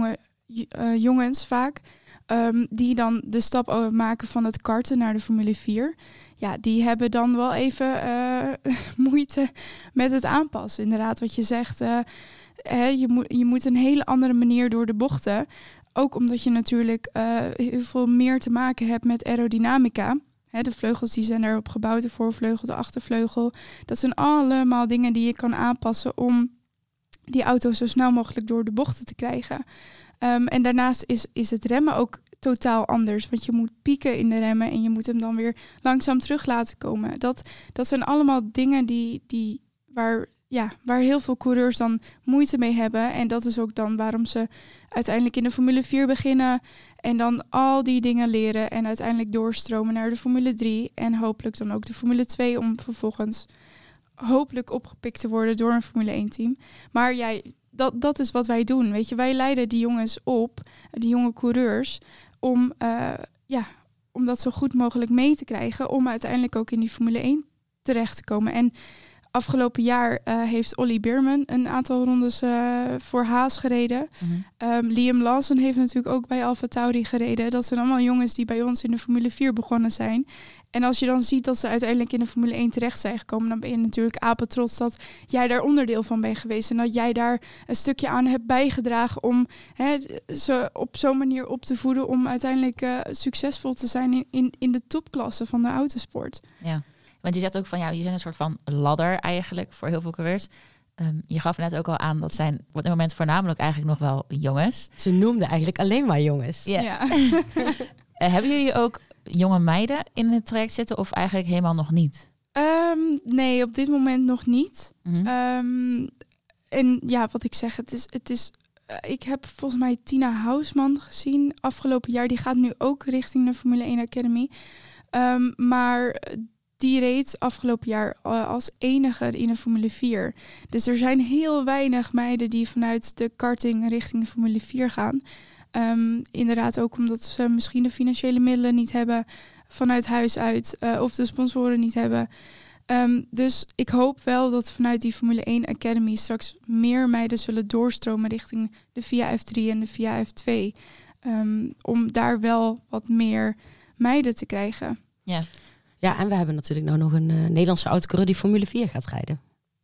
uh, jongens vaak. Um, die dan de stap maken van het karten naar de Formule vier. Ja, die hebben dan wel even uh, moeite met het aanpassen. Inderdaad, wat je zegt. Uh, hè, je, moet, je moet een hele andere manier door de bochten. Ook omdat je natuurlijk uh, heel veel meer te maken hebt met aerodynamica. Hè, de vleugels die zijn erop gebouwd. De voorvleugel, de achtervleugel. Dat zijn allemaal dingen die je kan aanpassen om die auto zo snel mogelijk door de bochten te krijgen. Um, en daarnaast is, is het remmen ook totaal anders. Want je moet pieken in de remmen en je moet hem dan weer langzaam terug laten komen. Dat, dat zijn allemaal dingen die, die waar, ja, waar heel veel coureurs dan moeite mee hebben. En dat is ook dan waarom ze uiteindelijk in de Formule vier beginnen. En dan al die dingen leren en uiteindelijk doorstromen naar de Formule drie. En hopelijk dan ook de Formule twee om vervolgens hopelijk opgepikt te worden door een Formule één team. Maar jij... Dat, dat is wat wij doen, weet je. Wij leiden die jongens op, die jonge coureurs, om, uh, ja, om dat zo goed mogelijk mee te krijgen, om uiteindelijk ook in die Formule één terecht te komen. En afgelopen jaar uh, heeft Ollie Beerman een aantal rondes uh, voor Haas gereden. Mm-hmm. Um, Liam Lawson heeft natuurlijk ook bij AlphaTauri gereden. Dat zijn allemaal jongens die bij ons in de Formule vier begonnen zijn. En als je dan ziet dat ze uiteindelijk in de Formule één terecht zijn gekomen, dan ben je natuurlijk apetrots dat jij daar onderdeel van bent geweest. En dat jij daar een stukje aan hebt bijgedragen om hè, ze op zo'n manier op te voeden om uiteindelijk uh, succesvol te zijn in, in, in de topklasse van de autosport. Ja. Want je zegt ook van, ja, je bent een soort van ladder eigenlijk voor heel veel coureurs. Um, je gaf net ook al aan, dat zijn op dit moment voornamelijk eigenlijk nog wel jongens. Ze noemden eigenlijk alleen maar jongens. Ja. ja. uh, hebben jullie ook jonge meiden in het traject zitten of eigenlijk helemaal nog niet? Um, nee, op dit moment nog niet. Mm-hmm. Um, en ja, wat ik zeg, het is... Het is uh, ik heb volgens mij Tina Hausman gezien afgelopen jaar. Die gaat nu ook richting de Formule één Academy. Um, maar... Die reed afgelopen jaar uh, als enige in de Formule vier. Dus er zijn heel weinig meiden die vanuit de karting richting de Formule vier gaan. Um, inderdaad ook omdat ze misschien de financiële middelen niet hebben vanuit huis uit. Uh, of de sponsoren niet hebben. Um, dus ik hoop wel dat vanuit die Formule één Academy straks meer meiden zullen doorstromen richting de V I A F drie en de V I A F twee. Um, om daar wel wat meer meiden te krijgen. Ja. Ja, en we hebben natuurlijk nou nog een uh, Nederlandse autocoureur die Formule vier gaat rijden.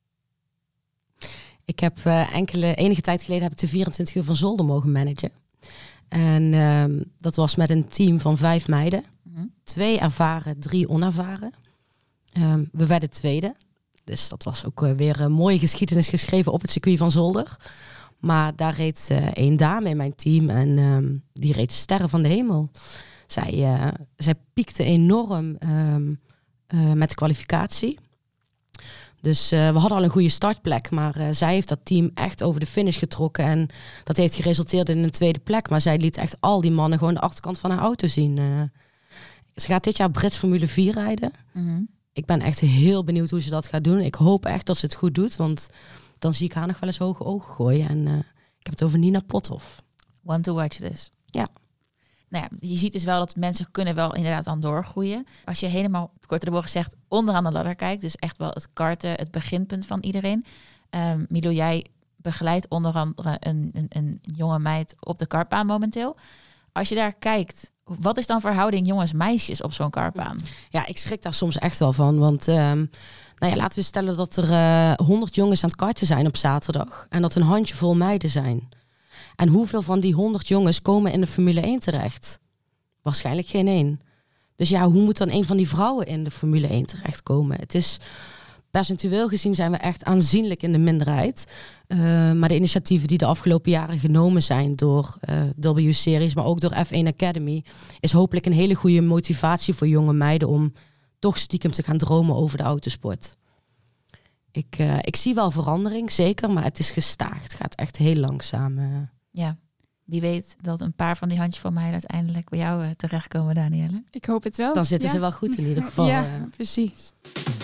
Ik heb uh, enkele, enige tijd geleden heb ik de vierentwintig uur van Zolder mogen managen. En um, dat was met een team van vijf meiden. Mm-hmm. Twee ervaren, drie onervaren. Um, we werden tweede. Dus dat was ook uh, weer een mooie geschiedenis geschreven op het circuit van Zolder. Maar daar reed uh, één dame in mijn team en um, die reed sterren van de hemel. Zij, uh, zij piekte enorm um, uh, met de kwalificatie. Dus uh, we hadden al een goede startplek. Maar uh, zij heeft dat team echt over de finish getrokken. En dat heeft geresulteerd in een tweede plek. Maar zij liet echt al die mannen gewoon de achterkant van haar auto zien. Uh, ze gaat dit jaar Brits Formule vier rijden. Mm-hmm. Ik ben echt heel benieuwd hoe ze dat gaat doen. Ik hoop echt dat ze het goed doet. Want dan zie ik haar nog wel eens hoge ogen gooien. En uh, ik heb het over Nina Pothoff. Want to watch this. Ja. Nou ja, je ziet dus wel dat mensen kunnen wel inderdaad aan doorgroeien. Als je helemaal, kort de bocht gezegd, onderaan de ladder kijkt. Dus echt wel het karten, het beginpunt van iedereen. Um, Milo, jij begeleidt onder andere een, een, een jonge meid op de kartbaan momenteel. Als je daar kijkt, wat is dan verhouding jongens-meisjes op zo'n kartbaan? Ja, ik schrik daar soms echt wel van. Want um, nou ja, laten we stellen dat er uh, honderd jongens aan het karten zijn op zaterdag. En dat een handjevol meiden zijn. En hoeveel van die honderd jongens komen in de Formule één terecht? Waarschijnlijk geen één. Dus ja, hoe moet dan een van die vrouwen in de Formule één terechtkomen? Het is percentueel gezien zijn we echt aanzienlijk in de minderheid. Uh, maar de initiatieven die de afgelopen jaren genomen zijn door uh, W-series, maar ook door F één Academy, is hopelijk een hele goede motivatie voor jonge meiden om toch stiekem te gaan dromen over de autosport. Ik, uh, ik zie wel verandering, zeker, maar het is gestaag. Het gaat echt heel langzaam. Uh. Ja, wie weet dat een paar van die handjes van mij uiteindelijk bij jou uh, terechtkomen, Danielle. Ik hoop het wel. Dan zitten ja. ze wel goed in ieder geval. Ja, uh. precies.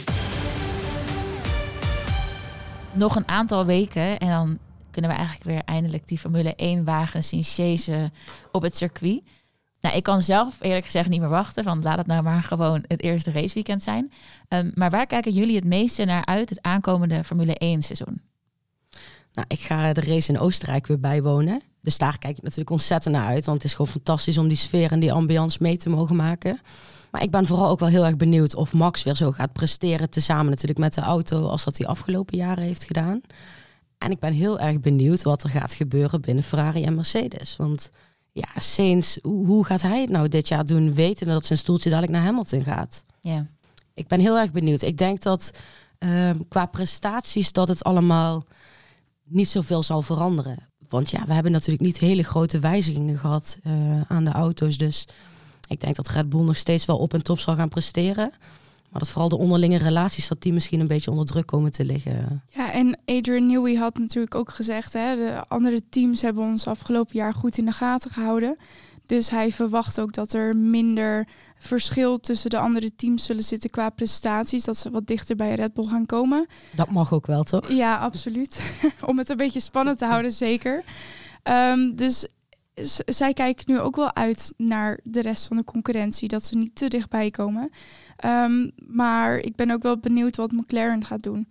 Nog een aantal weken en dan kunnen we eigenlijk weer eindelijk die Formule één wagens zien chasen op het circuit. Nou, ik kan zelf eerlijk gezegd niet meer wachten, want laat het nou maar gewoon het eerste raceweekend zijn. Um, maar waar kijken jullie het meeste naar uit het aankomende Formule één seizoen? Nou, ik ga de race in Oostenrijk weer bijwonen. Dus daar kijk ik natuurlijk ontzettend naar uit. Want het is gewoon fantastisch om die sfeer en die ambiance mee te mogen maken. Maar ik ben vooral ook wel heel erg benieuwd of Max weer zo gaat presteren. Tezamen natuurlijk met de auto als dat hij afgelopen jaren heeft gedaan. En ik ben heel erg benieuwd wat er gaat gebeuren binnen Ferrari en Mercedes. Want ja, Sainz, hoe, hoe gaat hij het nou dit jaar doen? Wetende dat zijn stoeltje dadelijk naar Hamilton gaat. Ja. Ik ben heel erg benieuwd. Ik denk dat uh, qua prestaties dat het allemaal niet zoveel zal veranderen. Want ja, we hebben natuurlijk niet hele grote wijzigingen gehad uh, aan de auto's. Dus ik denk dat Red Bull nog steeds wel op en top zal gaan presteren. Maar dat vooral de onderlinge relaties, dat die misschien een beetje onder druk komen te liggen. Ja, en Adrian Newey had natuurlijk ook gezegd, hè, de andere teams hebben ons afgelopen jaar goed in de gaten gehouden. Dus hij verwacht ook dat er minder verschil tussen de andere teams zullen zitten qua prestaties. Dat ze wat dichter bij Red Bull gaan komen. Dat mag ook wel, toch? Ja, absoluut. Om het een beetje spannend te houden, zeker. Um, dus z- zij kijken nu ook wel uit naar de rest van de concurrentie. Dat ze niet te dichtbij komen. Um, maar ik ben ook wel benieuwd wat McLaren gaat doen.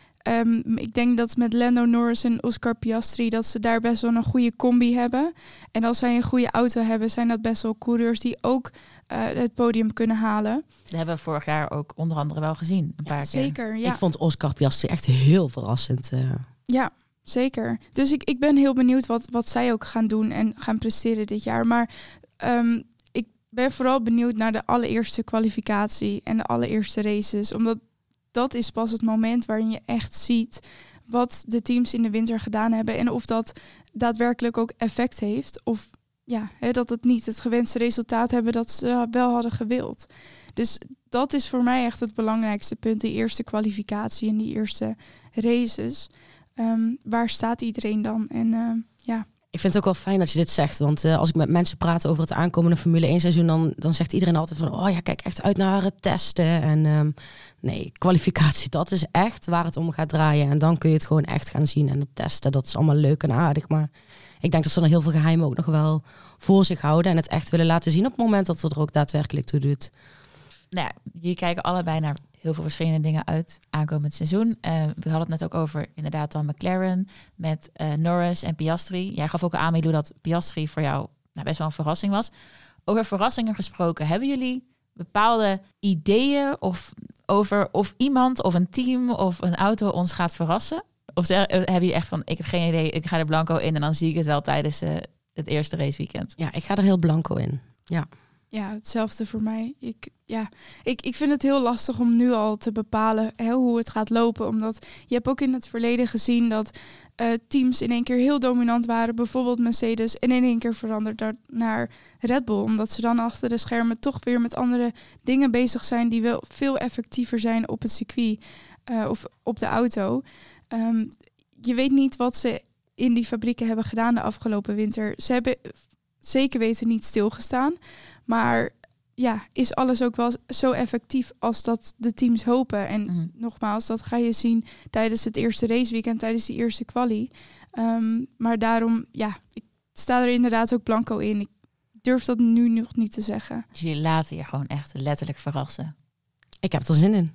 Um, ik denk dat met Lando Norris en Oscar Piastri dat ze daar best wel een goede combi hebben. En als zij een goede auto hebben, zijn dat best wel coureurs die ook uh, het podium kunnen halen. Dat hebben we vorig jaar ook onder andere wel gezien. Een paar ja, zeker, keer. ja. Ik vond Oscar Piastri echt heel verrassend. Uh. Ja, zeker. Dus ik, ik ben heel benieuwd wat, wat zij ook gaan doen en gaan presteren dit jaar. Maar um, ik ben vooral benieuwd naar de allereerste kwalificatie en de allereerste races. Omdat dat is pas het moment waarin je echt ziet wat de teams in de winter gedaan hebben. En of dat daadwerkelijk ook effect heeft. Of ja, hè, dat het niet het gewenste resultaat hebben dat ze wel hadden gewild. Dus dat is voor mij echt het belangrijkste punt. Die eerste kwalificatie en die eerste races. Um, waar staat iedereen dan? En uh, ja... Ik vind het ook wel fijn dat je dit zegt. Want uh, als ik met mensen praat over het aankomende Formule één seizoen... dan, dan zegt iedereen altijd van... oh ja, kijk echt uit naar het testen. En um, nee, kwalificatie, dat is echt waar het om gaat draaien. En dan kun je het gewoon echt gaan zien. En het testen, dat is allemaal leuk en aardig. Maar ik denk dat ze dan heel veel geheimen ook nog wel voor zich houden... en het echt willen laten zien op het moment dat het er ook daadwerkelijk toe doet. Nou ja, jullie kijken allebei naar heel veel verschillende dingen uit aankomend seizoen. Uh, we hadden het net ook over inderdaad dan McLaren met uh, Norris en Piastri. Jij gaf ook aan, Milou, dat Piastri voor jou nou, best wel een verrassing was. Over verrassingen gesproken, hebben jullie bepaalde ideeën of over of iemand of een team of een auto ons gaat verrassen? Of zeg, heb je echt van, ik heb geen idee, ik ga er blanco in en dan zie ik het wel tijdens uh, het eerste raceweekend? Ja, ik ga er heel blanco in, ja. Ja, hetzelfde voor mij. Ik, ja, ik, ik vind het heel lastig om nu al te bepalen hè, hoe het gaat lopen. Omdat je hebt ook in het verleden gezien dat uh, teams in één keer heel dominant waren. Bijvoorbeeld Mercedes. En in één keer veranderd dat naar Red Bull. Omdat ze dan achter de schermen toch weer met andere dingen bezig zijn. Die wel veel effectiever zijn op het circuit. Uh, of op de auto. Um, je weet niet wat ze in die fabrieken hebben gedaan de afgelopen winter. Ze hebben zeker weten niet stilgestaan. Maar ja, is alles ook wel zo effectief als dat de teams hopen? En mm. nogmaals, dat ga je zien tijdens het eerste raceweekend, tijdens die eerste quali. Um, maar daarom, ja, ik sta er inderdaad ook blanco in. Ik durf dat nu nog niet te zeggen. Dus jullie laten je gewoon echt letterlijk verrassen. Ik heb er zin in.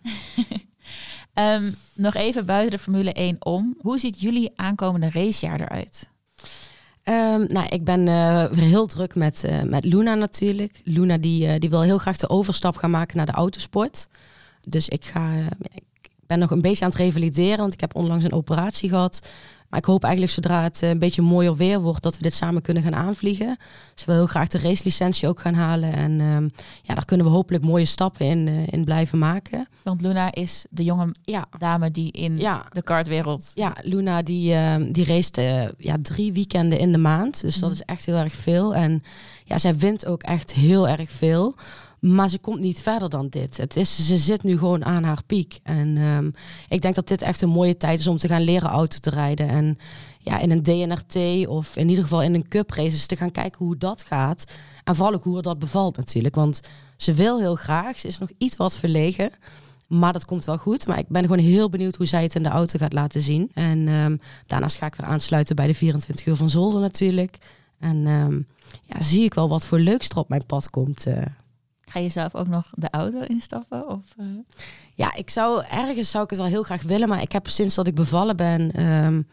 um, nog even buiten de Formule één om. Hoe ziet jullie aankomende racejaar eruit? Um, nou, ik ben uh, weer heel druk met, uh, met Luna natuurlijk. Luna die, uh, die wil heel graag de overstap gaan maken naar de autosport. Dus ik, ga, uh, ik ben nog een beetje aan het revalideren, want ik heb onlangs een operatie gehad. Maar ik hoop eigenlijk zodra het uh, een beetje mooier weer wordt, dat we dit samen kunnen gaan aanvliegen. Ze wil heel graag de racelicentie ook gaan halen. En um, ja, daar kunnen we hopelijk mooie stappen in, uh, in blijven maken. Want Luna is de jonge ja. dame die in ja. de kartwereld... Ja, Luna die, uh, die race uh, ja, drie weekenden in de maand. Dus mm. dat is echt heel erg veel. En ja, zij wint ook echt heel erg veel. Maar ze komt niet verder dan dit. Het is, ze zit nu gewoon aan haar piek. En um, ik denk dat dit echt een mooie tijd is om te gaan leren auto te rijden. En ja, in een D N R T of in ieder geval in een cup races te gaan kijken hoe dat gaat. En vooral ook hoe dat bevalt natuurlijk. Want ze wil heel graag. Ze is nog iets wat verlegen. Maar dat komt wel goed. Maar ik ben gewoon heel benieuwd hoe zij het in de auto gaat laten zien. En um, daarnaast ga ik weer aansluiten bij de vierentwintig uur van Zolder natuurlijk. En um, ja, zie ik wel wat voor leuks er op mijn pad komt. Uh. Ga je zelf ook nog de auto instappen? Of, uh... Ja, ik zou ergens zou ik het wel heel graag willen. Maar ik heb sinds dat ik bevallen ben... Um,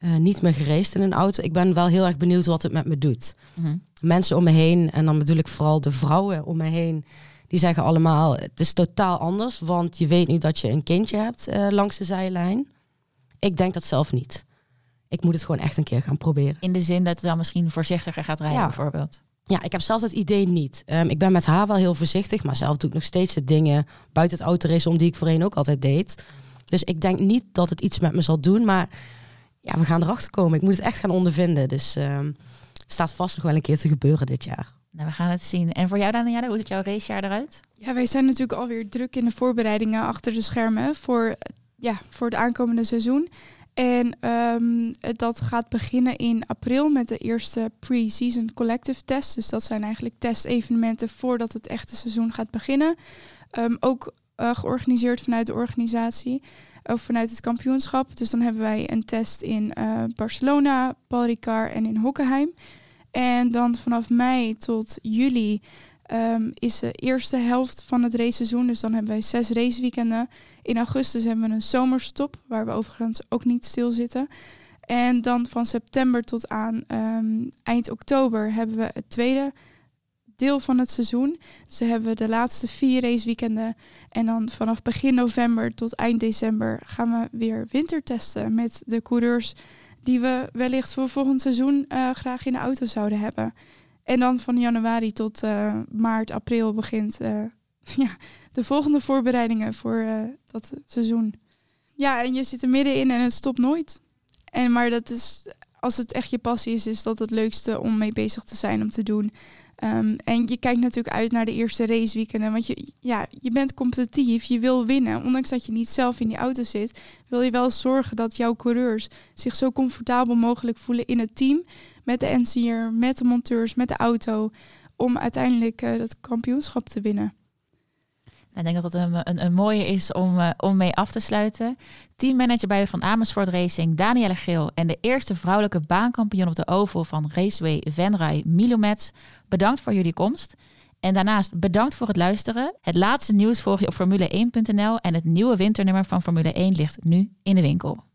uh, niet meer geraced in een auto. Ik ben wel heel erg benieuwd wat het met me doet. Mm-hmm. Mensen om me heen, en dan bedoel ik vooral de vrouwen om me heen, die zeggen allemaal, het is totaal anders, want je weet nu dat je een kindje hebt uh, langs de zijlijn. Ik denk dat zelf niet. Ik moet het gewoon echt een keer gaan proberen. In de zin dat het dan misschien voorzichtiger gaat rijden, ja. bijvoorbeeld? Ja, ik heb zelf het idee niet. Um, ik ben met haar wel heel voorzichtig, maar zelf doe ik nog steeds de dingen buiten het autoracen om die ik voorheen ook altijd deed. Dus ik denk niet dat het iets met me zal doen, maar ja, we gaan erachter komen. Ik moet het echt gaan ondervinden. Dus um, het staat vast nog wel een keer te gebeuren dit jaar. Nou, we gaan het zien. En voor jou, Danielle, hoe ziet jouw racejaar eruit? Ja, wij zijn natuurlijk alweer druk in de voorbereidingen achter de schermen voor, ja, voor het aankomende seizoen. En um, dat gaat beginnen in april met de eerste pre-season collective test. Dus dat zijn eigenlijk testevenementen voordat het echte seizoen gaat beginnen. Um, ook uh, georganiseerd vanuit de organisatie of vanuit het kampioenschap. Dus dan hebben wij een test in uh, Barcelona, Paul Ricard en in Hockenheim. En dan vanaf mei tot juli um, is de eerste helft van het raceseizoen. Dus dan hebben wij zes raceweekenden. In augustus hebben we een zomerstop, waar we overigens ook niet stilzitten. En dan van september tot aan um, eind oktober hebben we het tweede deel van het seizoen. Dus dan hebben we de laatste vier raceweekenden. En dan vanaf begin november tot eind december gaan we weer wintertesten met de coureurs die we wellicht voor volgend seizoen uh, graag in de auto zouden hebben. En dan van januari tot uh, maart, april begint uh, ja, de volgende voorbereidingen voor uh, dat seizoen. Ja, en je zit er middenin en het stopt nooit. En maar dat is, als het echt je passie is, is dat het leukste om mee bezig te zijn, om te doen. Um, en je kijkt natuurlijk uit naar de eerste raceweekenden. Want je, ja, je bent competitief, je wil winnen. Ondanks dat je niet zelf in die auto zit, wil je wel zorgen dat jouw coureurs zich zo comfortabel mogelijk voelen in het team. Met de N C R, met de monteurs, met de auto. Om uiteindelijk uh, dat kampioenschap te winnen. Ik denk dat dat een, een, een mooie is om, uh, om mee af te sluiten. Teammanager bij Van Amersfoort Racing, Danielle Geel. En de eerste vrouwelijke baankampioen op de Oval van Raceway Venray, Milou Metz. Bedankt voor jullie komst. En daarnaast bedankt voor het luisteren. Het laatste nieuws volg je op Formule één punt n l. En het nieuwe winternummer van Formule één ligt nu in de winkel.